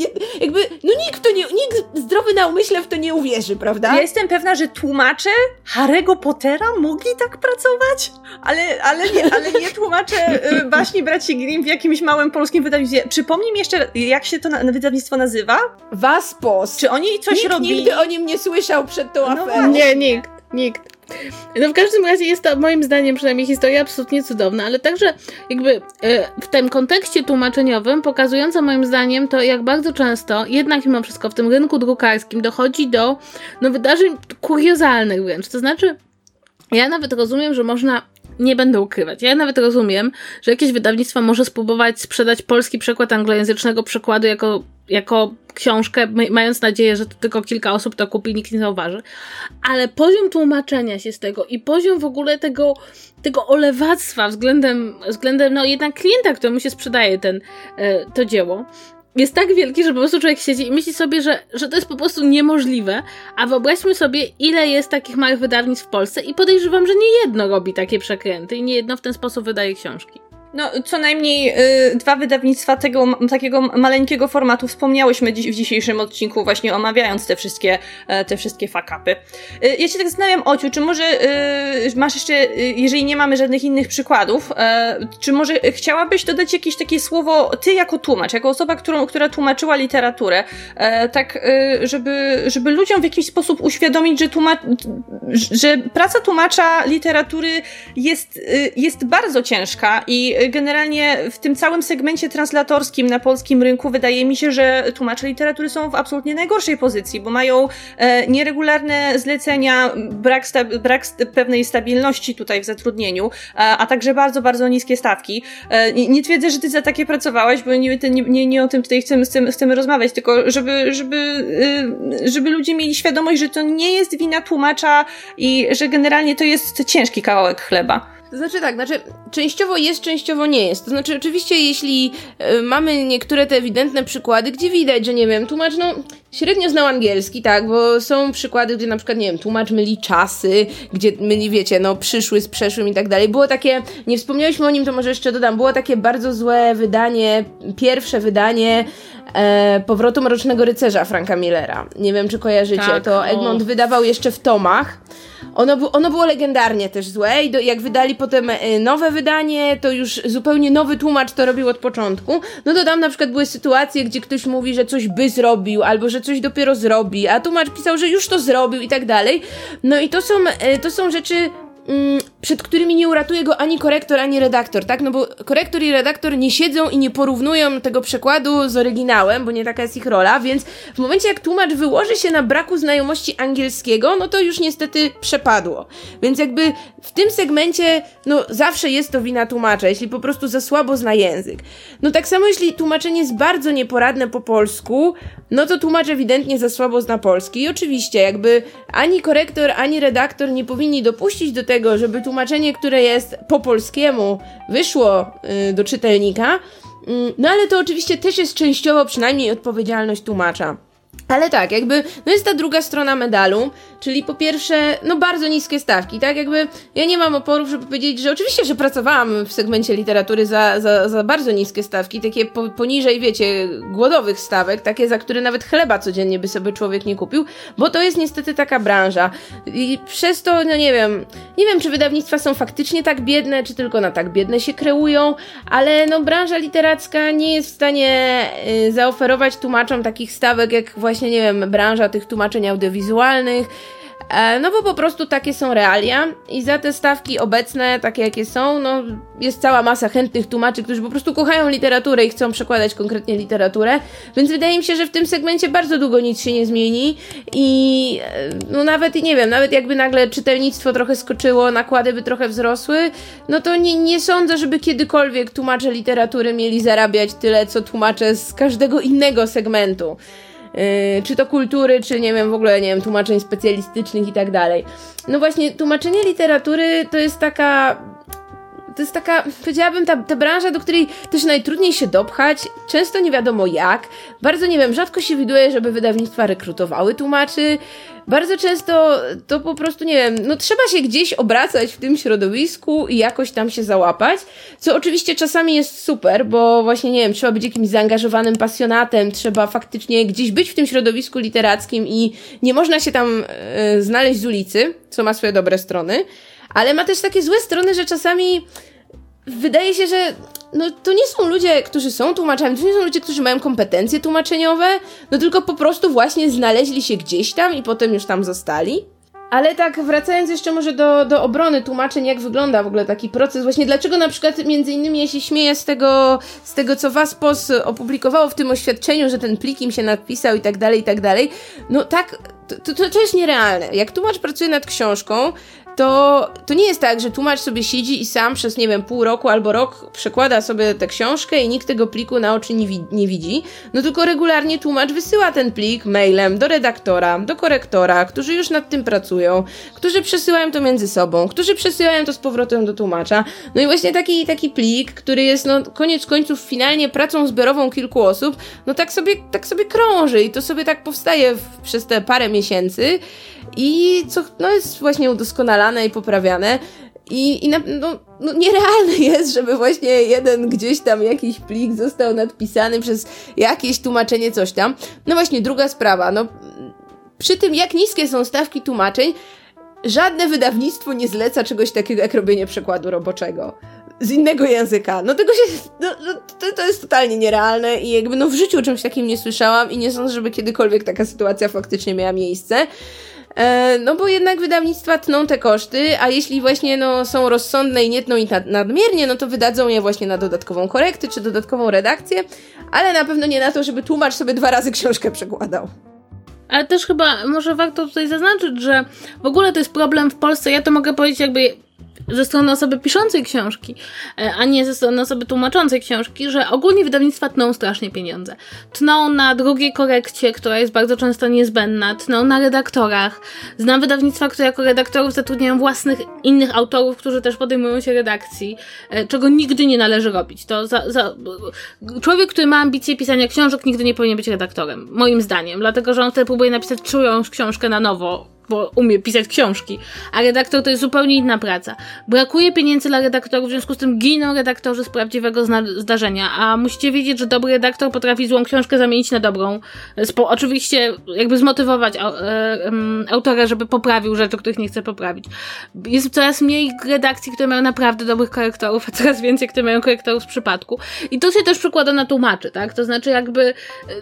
nikt zdrowy na umyśle w to nie uwierzy, prawda? Ja jestem pewna, że tłumacze Harry'ego Pottera mogli tak pracować, ale nie tłumacze baśni braci Grimm w jakimś małym polskim wydawnictwie. Przypomnij mi jeszcze, jak się to wydawnictwo nazywa? Waspos. Czy oni coś robili? Nigdy o nim nie słyszał przed tą aferą. Nie, nikt. No w każdym razie jest to moim zdaniem przynajmniej historia absolutnie cudowna, ale także jakby w tym kontekście tłumaczeniowym pokazująca moim zdaniem to, jak bardzo często jednak mimo wszystko w tym rynku drukarskim dochodzi do wydarzeń kuriozalnych wręcz. To znaczy, ja nawet rozumiem, że można, nie będę ukrywać, ja nawet rozumiem, że jakieś wydawnictwo może spróbować sprzedać polski przekład anglojęzycznego przekładu jako książkę, mając nadzieję, że to tylko kilka osób to kupi, nikt nie zauważy. Ale poziom tłumaczenia się z tego i poziom w ogóle tego olewactwa względem no jednak klienta, któremu się sprzedaje to dzieło, jest tak wielki, że po prostu człowiek siedzi i myśli sobie, że to jest po prostu niemożliwe, a wyobraźmy sobie, ile jest takich małych wydawnictw w Polsce i podejrzewam, że nie jedno robi takie przekręty i nie jedno w ten sposób wydaje książki. No, co najmniej 2 wydawnictwa takiego maleńkiego formatu wspomniałyśmy w dzisiejszym odcinku, właśnie omawiając te wszystkie fuck-upy. Ja się tak zastanawiam, Ociu, czy może masz jeszcze, jeżeli nie mamy żadnych innych przykładów, czy może chciałabyś dodać jakieś takie słowo, ty jako tłumacz, jako osoba, która tłumaczyła literaturę, tak, żeby ludziom w jakiś sposób uświadomić, że praca tłumacza literatury jest bardzo ciężka i generalnie w tym całym segmencie translatorskim na polskim rynku wydaje mi się, że tłumacze literatury są w absolutnie najgorszej pozycji, bo mają nieregularne zlecenia, brak pewnej stabilności tutaj w zatrudnieniu, a także bardzo, bardzo niskie stawki. Nie twierdzę, że ty za takie pracowałaś, bo nie o tym tutaj chcemy rozmawiać, tylko żeby ludzie mieli świadomość, że to nie jest wina tłumacza i że generalnie to jest ciężki kawałek chleba. To znaczy tak, częściowo jest, częściowo nie jest. To znaczy oczywiście jeśli mamy niektóre te ewidentne przykłady, gdzie widać, że nie wiem, tłumacz średnio znał angielski, tak, bo są przykłady, gdzie na przykład, nie wiem, tłumacz myli czasy, gdzie myli, wiecie, przyszły z przeszłym i tak dalej. Było takie, nie wspomnieliśmy o nim, to może jeszcze dodam, było takie bardzo złe wydanie, pierwsze wydanie Powrotu Mrocznego Rycerza Franka Millera. Nie wiem, czy kojarzycie, tak, to Egmont wydawał jeszcze w tomach. Ono było legendarnie też złe i jak wydali potem nowe wydanie, to już zupełnie nowy tłumacz to robił od początku. No to tam na przykład były sytuacje, gdzie ktoś mówi, że coś by zrobił, albo że coś dopiero zrobi, a tłumacz pisał, że już to zrobił i tak dalej. No i to są rzeczy, przed którymi nie uratuje go ani korektor, ani redaktor, tak? No bo korektor i redaktor nie siedzą i nie porównują tego przekładu z oryginałem, bo nie taka jest ich rola, więc w momencie jak tłumacz wyłoży się na braku znajomości angielskiego, no to już niestety przepadło. Więc jakby w tym segmencie, zawsze jest to wina tłumacza, jeśli po prostu za słabo zna język. No tak samo jeśli tłumaczenie jest bardzo nieporadne po polsku, no to tłumacz ewidentnie za słabo zna polski i oczywiście jakby ani korektor, ani redaktor nie powinni dopuścić do tego, żeby tłumaczenie, które jest po polskiemu, wyszło do czytelnika, no ale to oczywiście też jest częściowo przynajmniej odpowiedzialność tłumacza. Ale tak, jakby, jest ta druga strona medalu, czyli po pierwsze, bardzo niskie stawki, tak, jakby ja nie mam oporów, żeby powiedzieć, że oczywiście, że pracowałam w segmencie literatury za bardzo niskie stawki, takie poniżej, wiecie, głodowych stawek, takie, za które nawet chleba codziennie by sobie człowiek nie kupił, bo to jest niestety taka branża i przez to, nie wiem, czy wydawnictwa są faktycznie tak biedne, czy tylko na tak biedne się kreują, ale branża literacka nie jest w stanie zaoferować tłumaczom takich stawek, jak właśnie, nie wiem, branża tych tłumaczeń audiowizualnych, bo po prostu takie są realia i za te stawki obecne, takie jakie są, jest cała masa chętnych tłumaczy, którzy po prostu kochają literaturę i chcą przekładać konkretnie literaturę, więc wydaje mi się, że w tym segmencie bardzo długo nic się nie zmieni i nawet jakby nagle czytelnictwo trochę skoczyło, nakłady by trochę wzrosły, to nie sądzę, żeby kiedykolwiek tłumacze literatury mieli zarabiać tyle, co tłumacze z każdego innego segmentu. Czy to kultury, czy w ogóle tłumaczeń specjalistycznych i tak dalej. No właśnie, tłumaczenie literatury to jest taka, powiedziałabym, ta branża, do której też najtrudniej się dopchać, często nie wiadomo jak, bardzo rzadko się widuje, żeby wydawnictwa rekrutowały tłumaczy, bardzo często to po prostu, trzeba się gdzieś obracać w tym środowisku i jakoś tam się załapać, co oczywiście czasami jest super, bo właśnie, trzeba być jakimś zaangażowanym pasjonatem, trzeba faktycznie gdzieś być w tym środowisku literackim i nie można się tam znaleźć z ulicy, co ma swoje dobre strony, ale ma też takie złe strony, że czasami wydaje się, że to nie są ludzie, którzy są tłumaczami, to nie są ludzie, którzy mają kompetencje tłumaczeniowe, tylko po prostu właśnie znaleźli się gdzieś tam i potem już tam zostali. Ale tak, wracając jeszcze może do obrony tłumaczeń, jak wygląda w ogóle taki proces, właśnie dlaczego na przykład między innymi ja się śmieję z tego, co WASPOS opublikowało w tym oświadczeniu, że ten plik im się napisał i tak dalej, no tak, to jest nierealne. Jak tłumacz pracuje nad książką, to nie jest tak, że tłumacz sobie siedzi i sam przez, nie wiem, pół roku albo rok przekłada sobie tę książkę i nikt tego pliku na oczy nie widzi, no tylko regularnie tłumacz wysyła ten plik mailem do redaktora, do korektora, którzy już nad tym pracują, którzy przesyłają to między sobą, którzy przesyłają to z powrotem do tłumacza. No i właśnie taki plik, który jest, no koniec końców finalnie pracą zbiorową kilku osób, no tak sobie krąży i to sobie tak powstaje przez te parę miesięcy i co no jest właśnie udoskonalane i poprawiane i nierealne jest, żeby właśnie jeden gdzieś tam jakiś plik został nadpisany przez jakieś tłumaczenie coś tam. No właśnie druga sprawa, no przy tym jak niskie są stawki tłumaczeń, żadne wydawnictwo nie zleca czegoś takiego jak robienie przekładu roboczego z innego języka. No tego się, to jest totalnie nierealne i jakby no w życiu o czymś takim nie słyszałam i nie sądzę, żeby kiedykolwiek taka sytuacja faktycznie miała miejsce. No bo jednak wydawnictwa tną te koszty, a jeśli właśnie no są rozsądne i nie tną ich nadmiernie, no to wydadzą je właśnie na dodatkową korektę czy dodatkową redakcję, ale na pewno nie na to, żeby tłumacz sobie 2 razy książkę przekładał. Ale też chyba może warto tutaj zaznaczyć, że w ogóle to jest problem w Polsce, ja to mogę powiedzieć jakby ze strony osoby piszącej książki, a nie ze strony osoby tłumaczącej książki, że ogólnie wydawnictwa tną strasznie pieniądze. Tną na drugiej korekcie, która jest bardzo często niezbędna, tną na redaktorach. Znam wydawnictwa, które jako redaktorów zatrudniają własnych innych autorów, którzy też podejmują się redakcji, czego nigdy nie należy robić. To człowiek, który ma ambicje pisania książek, nigdy nie powinien być redaktorem, moim zdaniem, dlatego że on wtedy próbuje napisać czyjąś książkę na nowo, bo umie pisać książki, a redaktor to jest zupełnie inna praca. Brakuje pieniędzy dla redaktorów, w związku z tym giną redaktorzy z prawdziwego zdarzenia, a musicie wiedzieć, że dobry redaktor potrafi złą książkę zamienić na dobrą. Oczywiście jakby zmotywować autora, żeby poprawił rzeczy, których nie chce poprawić. Jest coraz mniej redakcji, które mają naprawdę dobrych korektorów, a coraz więcej, które mają korektorów z przypadku. I to się też przekłada na tłumaczy, tak? To znaczy jakby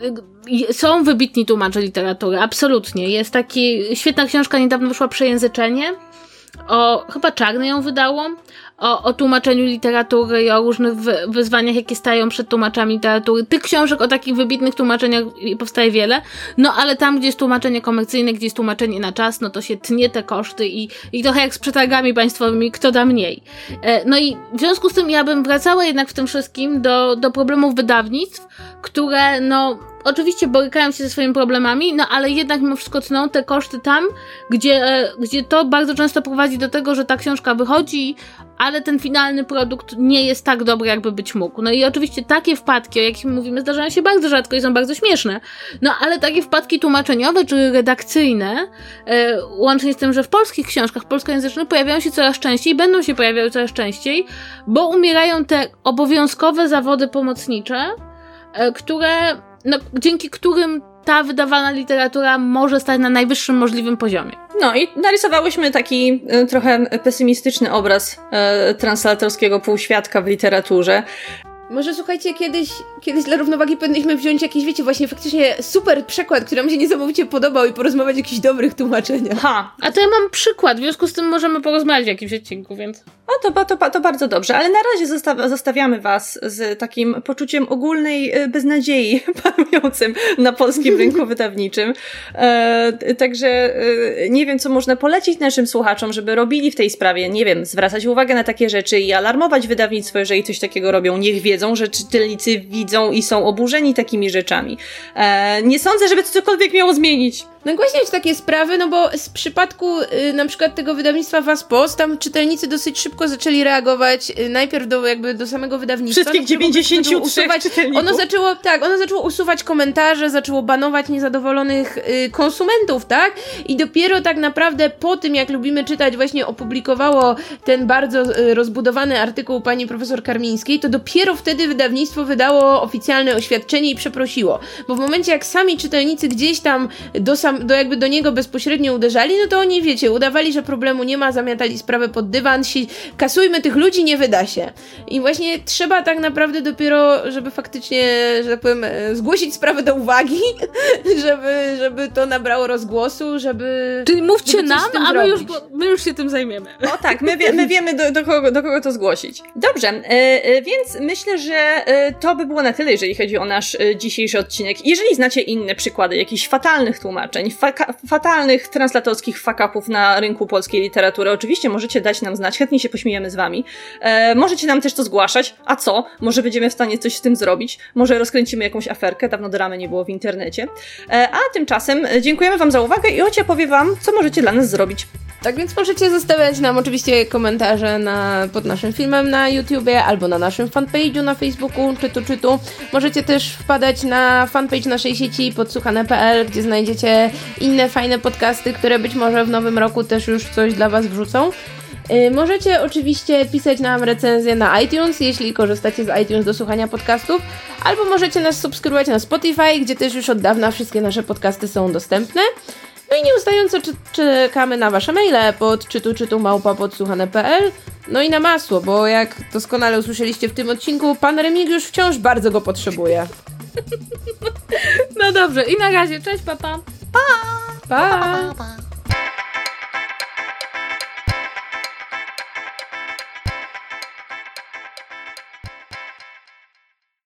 są wybitni tłumacze literatury, absolutnie. Jest taki świetna książka, niedawno wyszła Przejęzyczenie, chyba Czarne ją wydało, o tłumaczeniu literatury i o różnych wyzwaniach, jakie stają przed tłumaczami literatury. Tych książek o takich wybitnych tłumaczeniach powstaje wiele, no ale tam, gdzie jest tłumaczenie komercyjne, gdzie jest tłumaczenie na czas, no to się tnie te koszty i trochę jak z przetargami państwowymi, kto da mniej. No i w związku z tym ja bym wracała jednak w tym wszystkim do problemów wydawnictw, które no oczywiście borykają się ze swoimi problemami, no ale jednak mimo wszystko tną te koszty tam, gdzie to bardzo często prowadzi do tego, że ta książka wychodzi, ale ten finalny produkt nie jest tak dobry, jakby być mógł. No i oczywiście takie wpadki, o jakich mówimy, zdarzają się bardzo rzadko i są bardzo śmieszne. No ale takie wpadki tłumaczeniowe czy redakcyjne, łącznie z tym, że w polskich książkach polskojęzycznych pojawiają się coraz częściej, będą się pojawiały coraz częściej, bo umierają te obowiązkowe zawody pomocnicze, dzięki którym ta wydawana literatura może stać na najwyższym możliwym poziomie. No i narysowałyśmy taki trochę pesymistyczny obraz translatorskiego półświadka w literaturze. Może słuchajcie, kiedyś dla równowagi powinniśmy wziąć jakiś, wiecie, właśnie faktycznie super przekład, który nam się niesamowicie podobał i porozmawiać o jakichś dobrych tłumaczeniach. A to ja mam przykład, w związku z tym możemy porozmawiać w jakimś odcinku, więc... To bardzo dobrze, ale na razie zostawiamy was z takim poczuciem ogólnej beznadziei panującym na polskim rynku wydawniczym. Także nie wiem, co można polecić naszym słuchaczom, żeby robili w tej sprawie, nie wiem, zwracać uwagę na takie rzeczy i alarmować wydawnictwo, jeżeli coś takiego robią. Niech wiedzą, że czytelnicy widzą i są oburzeni takimi rzeczami. Nie sądzę, żeby to cokolwiek miało zmienić. Nagłaśniać takie sprawy, no bo w przypadku na przykład tego wydawnictwa WASPOS, tam czytelnicy dosyć szybko zaczęli reagować najpierw do samego wydawnictwa. Wszystkich 93 czytelników. Ono zaczęło usuwać komentarze, zaczęło banować niezadowolonych konsumentów, tak? I dopiero tak naprawdę po tym, jak Lubimy Czytać właśnie opublikowało ten bardzo rozbudowany artykuł pani profesor Karmińskiej, to dopiero wtedy wydawnictwo wydało oficjalne oświadczenie i przeprosiło. Bo w momencie, jak sami czytelnicy gdzieś tam do jakby do niego bezpośrednio uderzali, no to oni, wiecie, udawali, że problemu nie ma, zamiatali sprawę pod dywan, kasujmy tych ludzi, nie wyda się. I właśnie trzeba tak naprawdę dopiero, żeby faktycznie, że tak powiem, zgłosić sprawę do uwagi, żeby to nabrało rozgłosu, żeby... Czyli mówcie żeby nam, a my już się tym zajmiemy. O tak, my wiemy do kogo to zgłosić. Dobrze, więc myślę, że to by było na tyle, jeżeli chodzi o nasz dzisiejszy odcinek. Jeżeli znacie inne przykłady jakichś fatalnych tłumaczeń, fatalnych translatorskich fuck-upów na rynku polskiej literatury, oczywiście możecie dać nam znać, chętnie się pośmiejemy z wami. Możecie nam też to zgłaszać, a co? Może będziemy w stanie coś z tym zrobić, może rozkręcimy jakąś aferkę, dawno dramy nie było w internecie. A tymczasem dziękujemy wam za uwagę i Ocia powie wam, co możecie dla nas zrobić. Tak więc możecie zostawiać nam oczywiście komentarze pod naszym filmem na YouTubie albo na naszym fanpage'u na Facebooku, czytu. Możecie też wpadać na fanpage naszej sieci podsłuchane.pl, gdzie znajdziecie inne fajne podcasty, które być może w nowym roku też już coś dla was wrzucą. Możecie oczywiście pisać nam recenzje na iTunes, jeśli korzystacie z iTunes do słuchania podcastów, albo możecie nas subskrybować na Spotify, gdzie też już od dawna wszystkie nasze podcasty są dostępne. No i nieustająco czekamy na wasze maile pod czytu@podsłuchane.pl. No i na masło, bo jak doskonale usłyszeliście w tym odcinku, pan Remigiusz wciąż bardzo go potrzebuje. No dobrze, i na razie, cześć, papa. Pa!